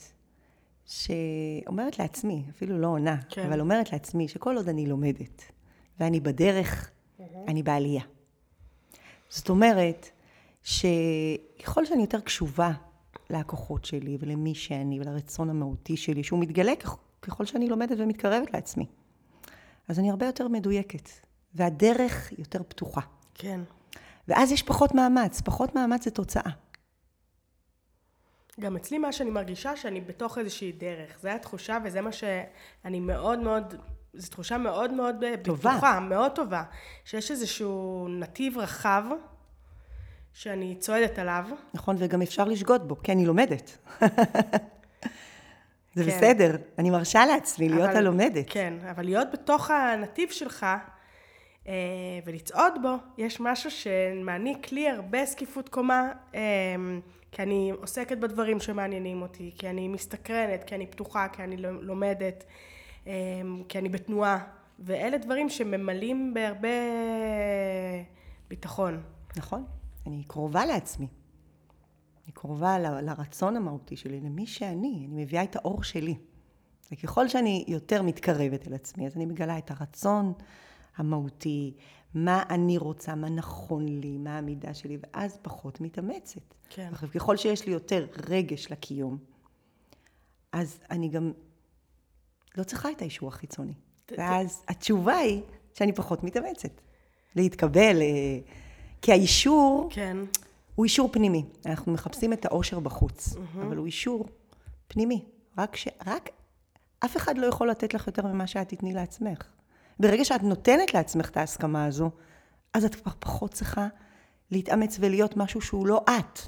אומרת לעצמי, אפילו לא עונה, כן. אבל אומרת לעצמי שכל עוד אני לומדת, ואני בדרך, אני בעלייה. זאת אומרת, שככל שאני יותר קשובה לכוחות שלי ולמי שאני ולרצון המהותי שלי, שהוא מתגלה ככל שאני לומדת ומתקרבת לעצמי, אז אני הרבה יותר מדויקת, והדרך יותר פתוחה. כן. ואז יש פחות מאמץ זה תוצאה. גם אצלי מה שאני מרגישה שאני בתוך איזושהי דרך, זה התחושה וזה מה שאני מאוד, זו תחושה מאוד בטוחה, מאוד טובה, שיש איזשהו נתיב רחב שאני צועדת עליו. נכון, וגם אפשר לשגות בו, כי אני לומדת. זה כן. בסדר, אני מרשה לעצמי להיות הלומדת. כן, אבל להיות בתוך הנתיב שלך ולצעוד בו, יש משהו שמעניק לי הרבה זקיפות קומה, כי אני עוסקת בדברים שמעניינים אותי, כי אני מסתקרנת, כי אני פתוחה, כי אני לומדת, כי אני בתנועה, ואלה דברים שממלאים בהרבה ביטחון. נכון, אני קרובה לעצמי. אני קרובה לרצון המהותי שלי, למי שאני מביאה את האור שלי. וככל שאני יותר מתקרבת אל עצמי, אז אני מגלה את הרצון המהותי, מה אני רוצה, מה נכון לי, מה המידה שלי, ואז פחות מתאמצת. כן. עכשיו, ככל שיש לי יותר רגש לקיום, אז אני גם לא צריכה את האישור החיצוני. ואז התשובה היא שאני פחות מתאמצת. להתקבל, כי האישור כן. הוא אישור פנימי. אנחנו מחפשים את האושר בחוץ, אבל הוא אישור פנימי. רק אף אחד לא יכול לתת לך יותר ממה שאת תתני לעצמך. ברגע שאת נותנת לעצמך את ההסכמה הזו, אז את כבר פחות צריכה להתאמץ ולהיות משהו שהוא לא את.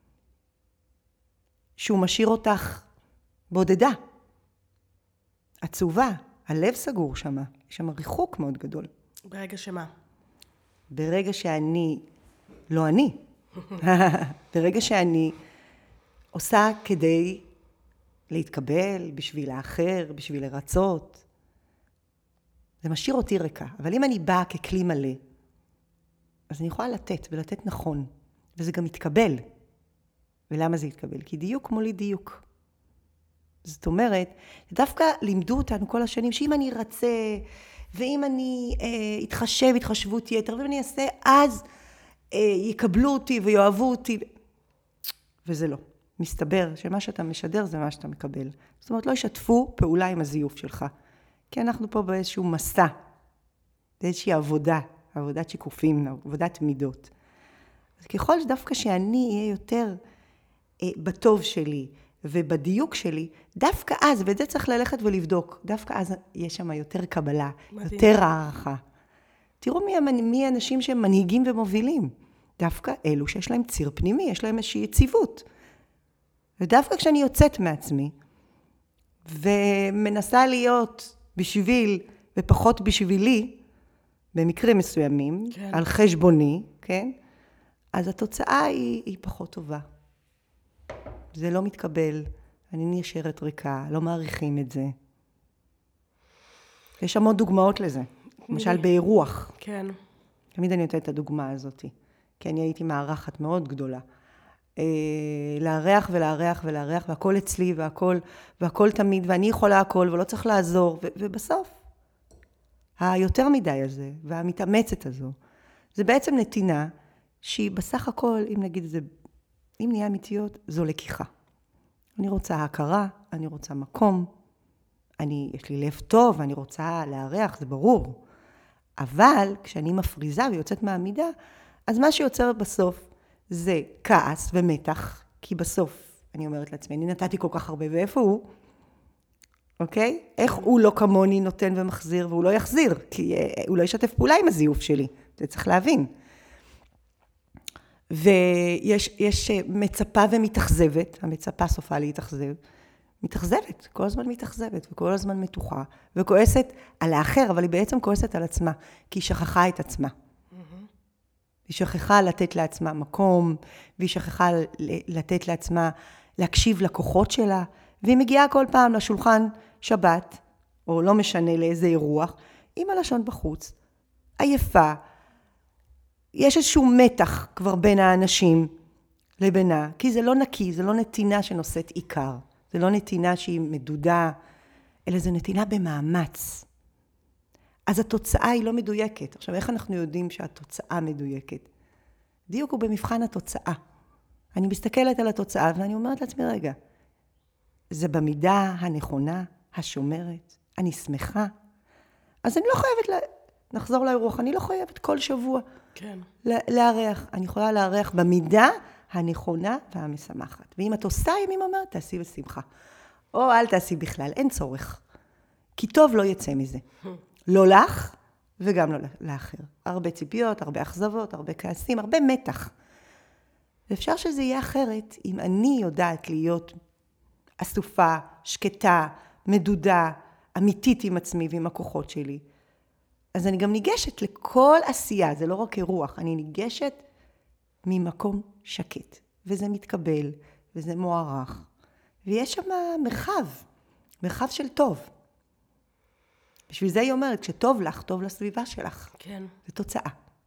שהוא משאיר אותך בודדה. עצובה, הלב סגור שמה. יש שם ריחוק מאוד גדול. ברגע שמה? ברגע שאני, לא אני. ברגע שאני עושה כדי להתקבל בשביל האחר, בשביל לרצות. זה משאיר אותי ריקה. אבל אם אני באה ככלי מלא, אז אני יכולה לתת, ולתת נכון. וזה גם מתקבל. ולמה זה יתקבל? כי דיוק מוליד דיוק. זאת אומרת, דווקא לימדו אותנו כל השנים, שאם אני רצה, ואם אני אתחשב, התחשבות יתר, ואם אני אעשה, אז יקבלו אותי ויואבו אותי. וזה לא. מסתבר שמה שאתה משדר זה מה שאתה מקבל. זאת אומרת, לא ישתפו פעולה עם הזיוף שלך. כי אנחנו פה באיזשהו מסע, באיזושהי עבודת שיקופים, עבודת מידות. אז ככל שדווקא שאני אהיה יותר בטוב שלי ובדיוק שלי, דווקא אז, ואת זה צריך ללכת ולבדוק, דווקא אז יש שם יותר קבלה, מדהים. יותר הערכה. תראו מי האנשים שהם מנהיגים ומובילים. דווקא אלו שיש להם ציר פנימי, יש להם איזושהי יציבות. ודווקא כשאני יוצאת מעצמי, ומנסה להיות בשביל ופחות בשבילי, במקרים מסוימים, כן. על חשבוני, כן? אז התוצאה היא פחות טובה. זה לא מתקבל, אני נשארת ריקה, לא מעריכים את זה. יש המון דוגמאות לזה, למשל באירוח. כן. תמיד אני נותנת את הדוגמה הזאת, כי אני הייתי מערכת מאוד גדולה. להריח ולהריח, והכל אצלי, והכל תמיד, ואני יכולה הכל, ולא צריך לעזור, ובסוף, היותר מדי הזה, והמתאמצת הזו, זה בעצם נתינה, שהיא בסך הכל, אם נגיד זה, אם נהיה אמיתיות, זו לקיחה. אני רוצה הכרה, אני רוצה מקום, יש לי לב טוב, אני רוצה לארח, זה ברור. אבל כשאני מפריזה ויוצאת מהעמידה, אז מה שיוצר בסוף זה כעס ומתח, כי בסוף אני אומרת לעצמי, אני נתתי כל כך הרבה, ואיפה הוא? אוקיי? איך הוא לא כמוני נותן ומחזיר, והוא לא יחזיר, כי הוא לא ישתף פעולה עם הזיוף שלי. זה צריך להבין. ויש מצפה ומתאכזבת, המצפה סופה להתאכזב, מתאכזבת, כל הזמן מתאכזבת, וכל הזמן מתוחה, וכועסת על האחר, אבל היא בעצם כועסת על עצמה, כי היא שכחה את עצמה. היא שכחה לתת לעצמה מקום, והיא שכחה לתת לעצמה, להקשיב לכוחות שלה, והיא מגיעה כל פעם לשולחן שבת, או לא משנה לאיזה אירוח, עם הלשון בחוץ, עייפה, יש איזשהו מתח כבר בין האנשים לבינה, כי זה לא נקי, זה לא נתינה שנושאת עיקר, זה לא נתינה שהיא מדודה, אלא זה נתינה במאמץ. אז התוצאה היא לא מדויקת. עכשיו, איך אנחנו יודעים שהתוצאה מדויקת? דיוק הוא במבחן התוצאה. אני מסתכלת על התוצאה ואני אומרת לעצמי, רגע, זה במידה הנכונה, השומרת, אני שמחה. אז אני לא חייבת נחזור לאירוח, אני לא חייבת כל שבוע כן. לארח. אני יכולה לארח במידה הנכונה והמשמחת. ואם את עושה ימים אומרת, תעשי בשמחה. או אל תעשי בכלל, אין צורך. כי טוב לא יצא מזה. לא לך וגם לא לאחר. הרבה ציפיות, הרבה אכזבות, הרבה כעסים, הרבה מתח. ואפשר שזה יהיה אחרת אם אני יודעת להיות אסופה, שקטה, מדודה, אמיתית עם עצמי ועם הכוחות שלי. אז אני גם ניגשת לכל עשייה, זה לא רק אירוח, אני ניגשת ממקום שקט. וזה מתקבל, וזה מוערך. ויש שם מרחב של טוב. בשביל זה היא אומרת, כשטוב לך, טוב לסביבה שלך. כן. זה תוצאה.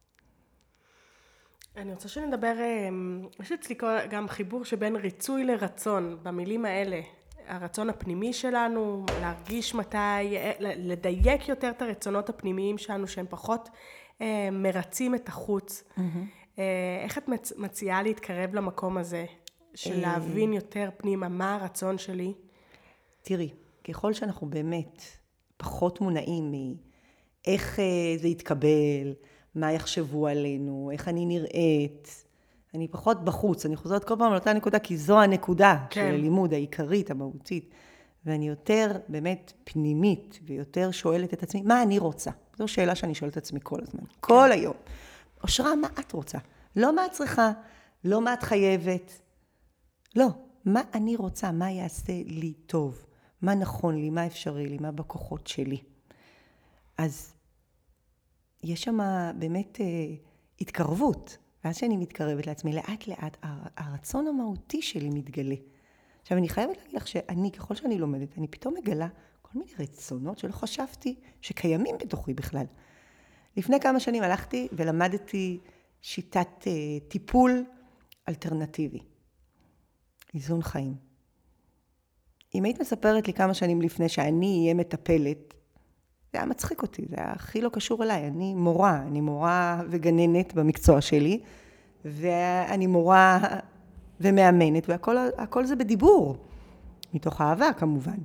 אני רוצה שנדבר, יש אצלי גם חיבור שבין ריצוי לרצון, במילים האלה. הרצון הפנימי שלנו, להרגיש מתי, לדייק יותר את הרצונות הפנימיים שלנו, שהם פחות מרצים את החוץ. איך את מציעה להתקרב למקום הזה, של להבין יותר פנימה, מה הרצון שלי? תראי, ככל שאנחנו באמת פחות מונעים מאיך זה יתקבל, מה יחשבו עלינו, איך אני נראית, אני פחות בחוץ, אני חוזרת כל פעם על אותה נקודה, כי זו הנקודה של הלימוד העיקרית, המהותית, ואני יותר באמת פנימית, ויותר שואלת את עצמי, מה אני רוצה? זו שאלה שאני שואלת את עצמי כל הזמן, כל היום. אושרה, מה את רוצה? לא מה את צריכה, לא מה את חייבת, לא, מה אני רוצה, מה יעשה לי טוב, מה נכון לי, מה אפשרי לי, מה בכוחות שלי. אז יש שם באמת התקרבות, ואז שאני מתקרבת לעצמי, לאט לאט הרצון המהותי שלי מתגלה. עכשיו אני חייבת להגיד לך שאני, ככל שאני לומדת, אני פתאום מגלה כל מיני רצונות שלא חשבתי שקיימים בתוכי בכלל. לפני כמה שנים הלכתי ולמדתי שיטת טיפול אלטרנטיבי. איזון חיים. אם היית מספרת לי כמה שנים לפני שאני אהיה מטפלת, זה היה מצחיק אותי, זה היה הכי לא קשור אליי. אני מורה וגננת במקצוע שלי, ואני מורה ומאמנת, והכל זה בדיבור, מתוך אהבה כמובן.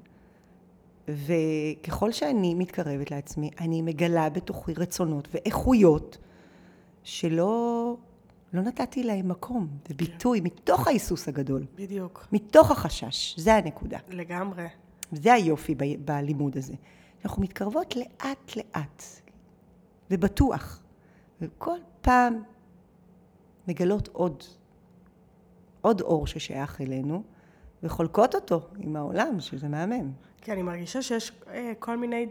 וככל שאני מתקרבת לעצמי, אני מגלה בתוכי רצונות ואיכויות שלא נתתי להם מקום וביטוי, מתוך ההיסוס הגדול. בדיוק. מתוך החשש, זה הנקודה. לגמרי. זה היופי בלימוד הזה. אנחנו מתקרבות לאט לאט, ובטוח, וכל פעם מגלות עוד אור ששייך אלינו, וחולקות אותו עם העולם, שזה מהמם. כי אני מרגישה שיש כל מיני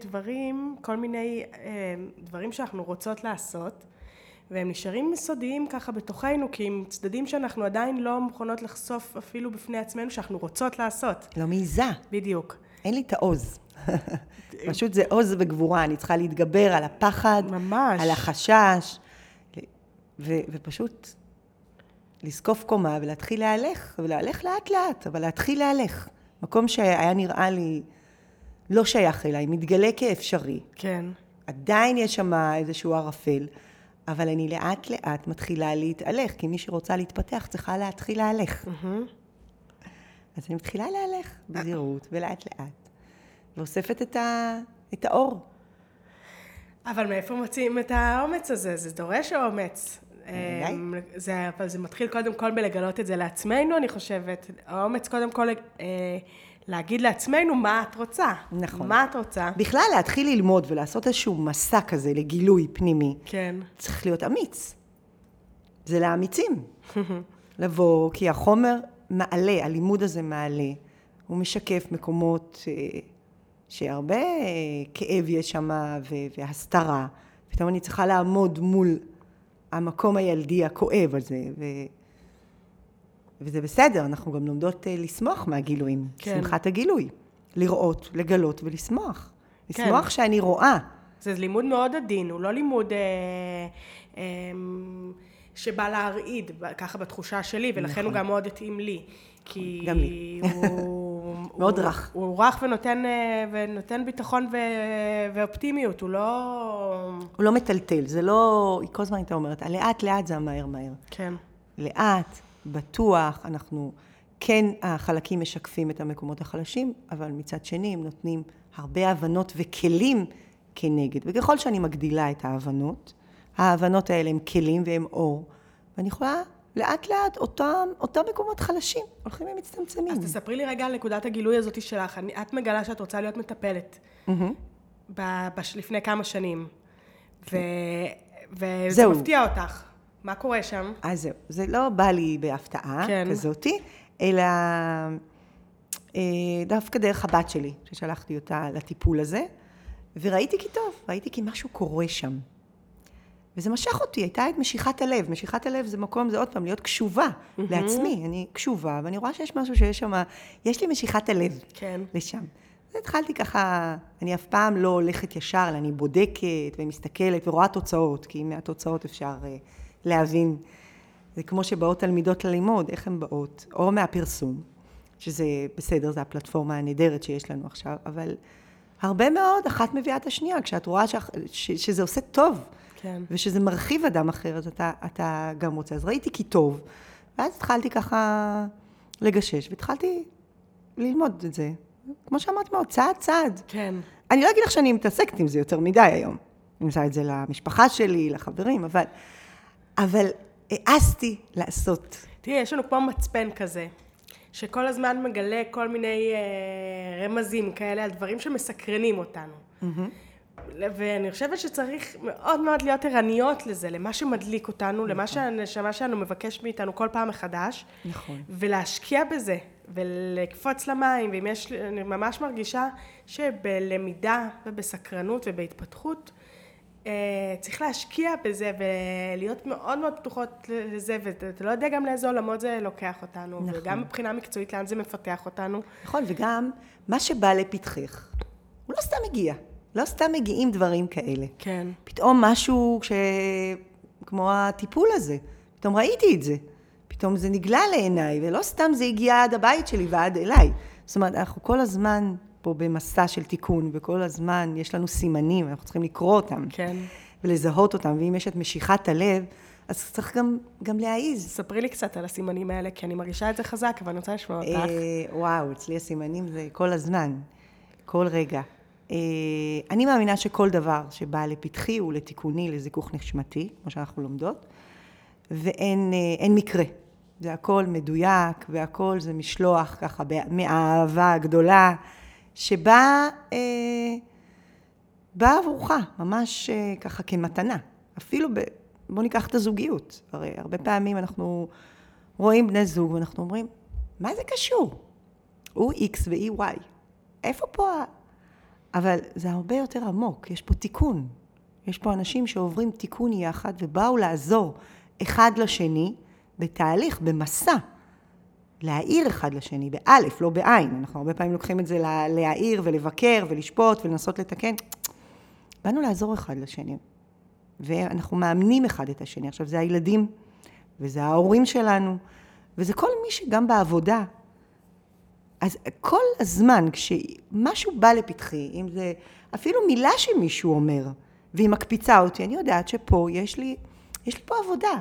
דברים שאנחנו רוצות לעשות, והם נשארים סודיים ככה בתוכנו, כי עם צדדים שאנחנו עדיין לא מוכנות לחשוף אפילו בפני עצמנו, שאנחנו רוצות לעשות. לא מעיזה. בדיוק. אין לי את העוז. פשוט זה עוז וגבורה, אני צריכה להתגבר על הפחד, ממש. על החשש, ופשוט לזקוף קומה ולהתחיל להלך, ולהלך לאט לאט, אבל להתחיל להלך. מקום שהיה נראה לי לא שייך אליי, מתגלה כאפשרי. כן. עדיין יש שם איזשהו ערפל, אבל אני לאט לאט מתחילה להתהלך, כי מי שרוצה להתפתח צריכה להתחיל להלך. אז אני מתחילה להלך בזהירות ולאט לאט. ואוספת את האור. אבל מאיפה מוצאים את האומץ הזה? זה דורש אומץ. אבל זה מתחיל קודם כל בלגלות את זה לעצמנו, אני חושבת. האומץ קודם כל להגיד לעצמנו מה את רוצה. נכון. מה את רוצה. בכלל להתחיל ללמוד ולעשות איזשהו מסע כזה לגילוי פנימי. כן. צריך להיות אמיץ. זה לאמיצים. לבוא, כי החומר מעלה, הלימוד הזה מעלה. הוא משקף מקומות שהרבה כאב יש שם והסתרה. פתאום אני צריכה לעמוד מול המקום הילדי הכואב הזה. וזה בסדר, אנחנו גם לומדות לשמוח מהגילויים. כן. שמחת הגילוי. לראות, לגלות ולשמוח. כן. לשמוח שאני רואה. זה לימוד מאוד עדין, הוא לא לימוד שבא להרעיד, ככה בתחושה שלי, ולכן נכון. הוא גם מאוד התאים לי. כי גם לי. הוא מאוד רך. הוא רך ונותן ביטחון ואופטימיות, הוא לא מטלטל, זה לא, כל הזמן הייתה אומרת, לאט לאט זה מהר מהר. כן. לאט, בטוח, אנחנו, כן החלקים משקפים את המקומות החלשים, אבל מצד שני הם נותנים הרבה הבנות וכלים כנגד. וככל שאני מגדילה את ההבנות האלה הם כלים והם אור, ואני יכולה לאט לאט אותם מקומות חלשים הולכים ומצטמצמים. אז תספרי לי רגע על נקודת הגילוי הזאת שלך. את מגלה שאת רוצה להיות מטפלת לפני כמה שנים, וזה מפתיע אותך. מה קורה שם? אז זהו, זה לא בא לי בהפתעה כזאתי, אלא דווקא דרך הבת שלי, ששלחתי אותה לטיפול הזה, וראיתי כי טוב, ראיתי כי משהו קורה שם. וזה משך אותי, הייתה את משיכת הלב. משיכת הלב זה מקום, זה עוד פעם, להיות קשובה לעצמי. אני קשובה, ואני רואה שיש משהו שיש שם, יש לי משיכת הלב לשם. אז התחלתי ככה, אני אף פעם לא הולכת ישר, אלא אני בודקת ומסתכלת ורואה תוצאות, כי מהתוצאות אפשר להבין. זה כמו שבאות תלמידות ללימוד, איך הן באות, או מהפרסום, שזה בסדר, זה הפלטפורמה הנהדרת שיש לנו עכשיו, אבל הרבה מאוד, אחת מביאה את השנייה, כשאת רואה שזה עושה טוב, כן. ושזה מרחיב אדם אחר, אז אתה גם רוצה. אז ראיתי כי טוב, ואז התחלתי ככה לגשש, והתחלתי ללמוד את זה. כמו שאמרת מאוד, צעד צעד. כן. אני לא אגיד לך שאני מתעסקת עם זה יותר מדי היום. אני עושה את זה למשפחה שלי, לחברים, אבל העזתי לעשות. תראי, יש לנו כמו מצפן כזה, שכל הזמן מגלה כל מיני רמזים כאלה, על דברים שמסקרנים אותנו. ואני חושבת שצריך מאוד מאוד להיות ערניות לזה, למה שמדליק אותנו, למה שהנשמה שלנו מבקש מאיתנו כל פעם מחדש. נכון. ולהשקיע בזה, ולקפוץ למים, ואם יש, אני ממש מרגישה שבלמידה ובסקרנות ובהתפתחות, צריך להשקיע בזה ולהיות מאוד מאוד פתוחות לזה, ואתה לא יודע גם לאיזה עולמות זה לוקח אותנו, נכון. וגם מבחינה מקצועית לאן זה מפתח אותנו. נכון, וגם מה שבא לפתחך, הוא לא סתם מגיע. לא סתם מגיעים דברים כאלה. כן. פתאום משהו כמו הטיפול הזה. פתאום ראיתי את זה. פתאום זה נגלה לעיניי, ולא סתם זה הגיע עד הבית שלי ועד אליי. זאת אומרת, אנחנו כל הזמן פה במסע של תיקון, וכל הזמן יש לנו סימנים, אנחנו צריכים לקרוא אותם. כן. ולזהות אותם, ואם יש את משיכת הלב, אז צריך גם להעיז. ספרי לי קצת על הסימנים האלה, כי אני מרגישה את זה חזק, אבל אני רוצה לשמוע אותך. וואו, אצלי הסימנים זה כל הזמן, כל רגע. אני מאמינה שכל דבר שבא לפתחי הוא לתיקוני, לזיכוך נשמתי, כמו שאנחנו לומדות, ואין מקרה. זה הכל מדויק, והכל זה משלוח ככה מהאהבה הגדולה, שבא עבורך, ממש ככה כמתנה. אפילו בוא ניקח את הזוגיות. הרי הרבה פעמים אנחנו רואים בני זוג, ואנחנו אומרים, מה זה קשור? הוא X והיא Y. איפה פה אבל זה הרבה יותר עמוק, יש פה תיקון. יש פה אנשים שעוברים תיקון יחד ובאו לעזור אחד לשני בתהליך, במסע. להעיר אחד לשני, באלף, לא בעין. אנחנו הרבה פעמים לוקחים את זה להעיר ולבקר ולשפוט ולנסות לתקן. באנו לעזור אחד לשני. ואנחנו מאמנים אחד את השני. עכשיו זה הילדים וזה ההורים שלנו וזה כל מי שגם בעבודה. אז כל הזמן כשמשהו בא לפתחי, אם זה אפילו מילה שמישהו אומר, והיא מקפיצה אותי, אני יודעת שפה יש לי פה עבודה.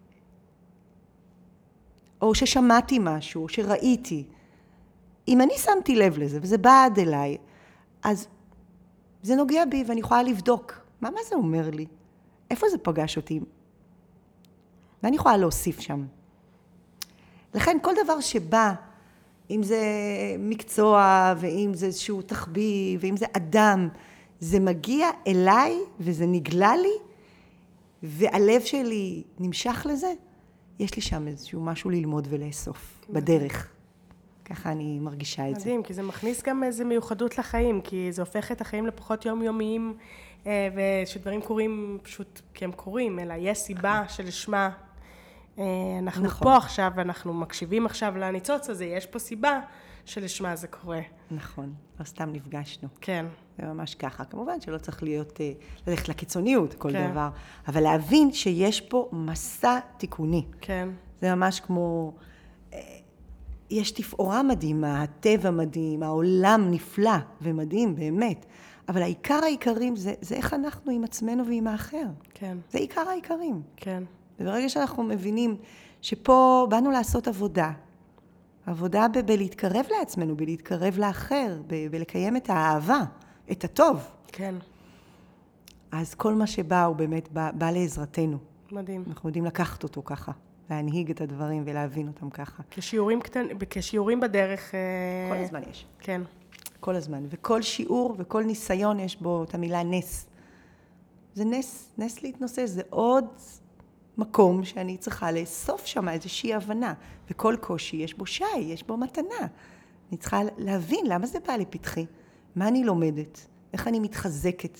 או ששמעתי משהו, או שראיתי. אם אני שמתי לב לזה, וזה בא עד אליי, אז זה נוגע בי ואני יכולה לבדוק. מה זה אומר לי? איפה זה פגש אותי? ואני יכולה להוסיף שם. לכן כל דבר שבא, אם זה מקצוע, ואם זה איזשהו תחביב, ואם זה אדם, זה מגיע אליי וזה נגלה לי, והלב שלי נמשך לזה, יש לי שם איזשהו משהו ללמוד ולאסוף בדרך. ככה אני מרגישה את זה. מדהים, כי זה מכניס גם איזו מיוחדות לחיים, כי זה הופך את החיים לפחות יומיומיים, ושדברים קורים פשוט כי הם קורים, אלא יש סיבה שלשמה אנחנו פה עכשיו, ואנחנו מקשיבים עכשיו לניצוץ הזה, יש פה סיבה שלשמה זה קורה. נכון, לא סתם נפגשנו. כן. זה ממש ככה. כמובן שלא צריך ללכת לקיצוניות, כל דבר, אבל להבין שיש פה מסע תיקוני. כן. זה ממש כמו, יש תפאורה מדהימה, הטבע מדהים, העולם נפלא ומדהים, באמת. אבל העיקרים זה איך אנחנו עם עצמנו ועם האחר. כן. זה עיקר העיקרים. כן. וברגע שאנחנו מבינים שפה באנו לעשות עבודה בלהתקרב לעצמנו, בלהתקרב לאחר, בלקיים את האהבה, את הטוב. כן. אז כל מה שבא הוא באמת בא לעזרתנו. מדהים. אנחנו יודעים לקחת אותו ככה, להנהיג את הדברים ולהבין אותם ככה. כשיעורים בדרך. כל הזמן יש. כן. כל הזמן. וכל שיעור וכל ניסיון יש בו את המילה נס. זה נס להתנוסס, זה עוד מקום שאני צריכה לאסוף שם איזושהי הבנה. וכל קושי יש בו שי, יש בו מתנה. אני צריכה להבין למה זה בא לפתחי, מה אני לומדת, איך אני מתחזקת.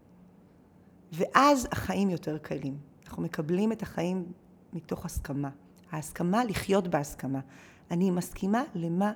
ואז החיים יותר קלים. אנחנו מקבלים את החיים מתוך הסכמה. ההסכמה לחיות בהסכמה. אני מסכימה למה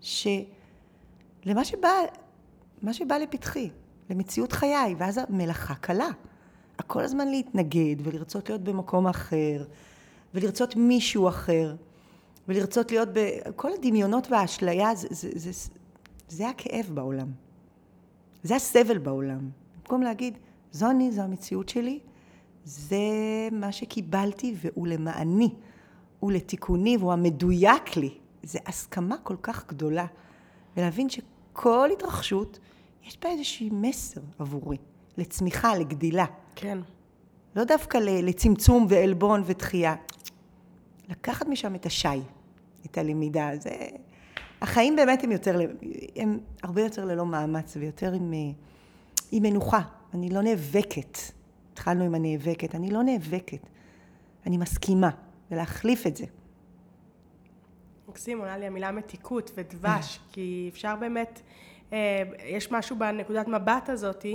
שבא לפתחי, למציאות חיי, ואז המלאכה קלה. הכל הזמן להתנגד ולרצות להיות במקום אחר, ולרצות מישהו אחר, ולרצות להיות כל הדמיונות והאשליה, זה הכאב בעולם. זה הסבל בעולם. במקום להגיד, זו המציאות שלי, זה מה שקיבלתי והוא למעני, הוא לתיקוני והוא המדויק לי. זה הסכמה כל כך גדולה. ולהבין שכל התרחשות, יש בה איזושהי מסר עבורי, לצמיחה, לגדילה. כן. לא דווקא לצמצום ואלבון ותחייה. לקחת משם את השי, את הלמידה. החיים באמת הם הרבה יותר ללא מאמץ ויותר עם מנוחה. אני לא נאבקת. התחלנו עם הנאבקת. אני לא נאבקת. אני מסכימה. ולהחליף את זה. מקסים, עולה לי המילה מתיקות ודבש, כי אפשר באמת, יש משהו בנקודת מבט הזאת,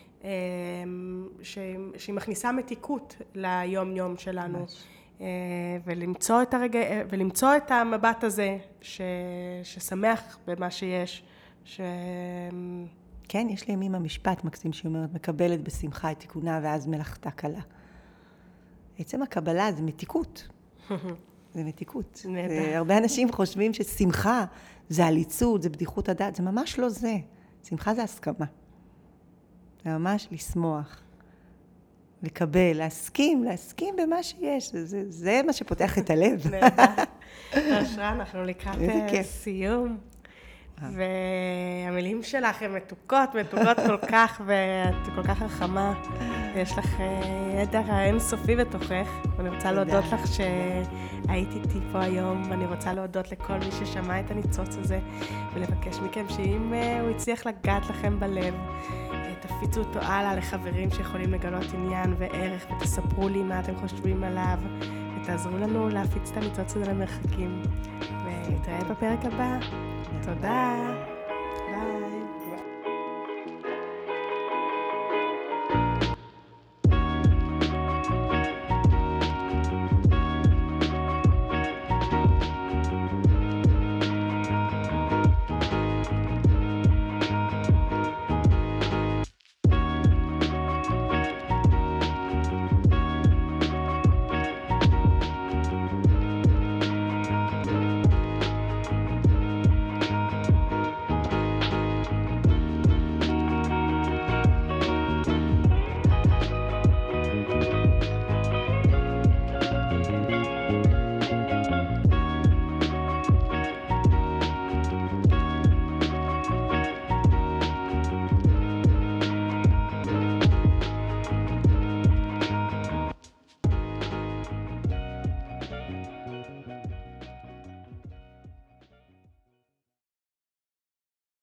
שהיא מכניסה מתיקות ליום-יום שלנו. ולמצוא את המבט הזה, ששמח במה שיש. כן, יש לי ימים המשפט מקסים שאומרת, מקבלת בשמחה את תיקונה ואז מלאכתה קלה. עצם הקבלה זה מתיקות. זה מתיקות. הרבה אנשים חושבים ששמחה זה עליצות, זה בדיחות הדעת, זה ממש לא זה. שמחה זה הסכמה. זה ממש לשמוח, לקבל, להסכים במה שיש. זה מה שפותח את הלב. אשרה, אנחנו לקראת סיום. והמילים שלך הן מתוקות כל כך, ואת כל כך חכמה. יש לך ידע אינסופי בתוכך, ואני רוצה להודות לך שהיית איתי פה היום, ואני רוצה להודות לכל מי ששמע את הניצוץ הזה, ולבקש מכם שאם הוא הצליח לגעת לכם בלב, תפיצו אותו הלאה לחברים שיכולים לגלות עניין וערך, ותספרו לי מה אתם חושבים עליו, ותעזרו לנו להפיץ את הניצוץ הזה למרחקים. ונתראה בפרק הבא. תודה.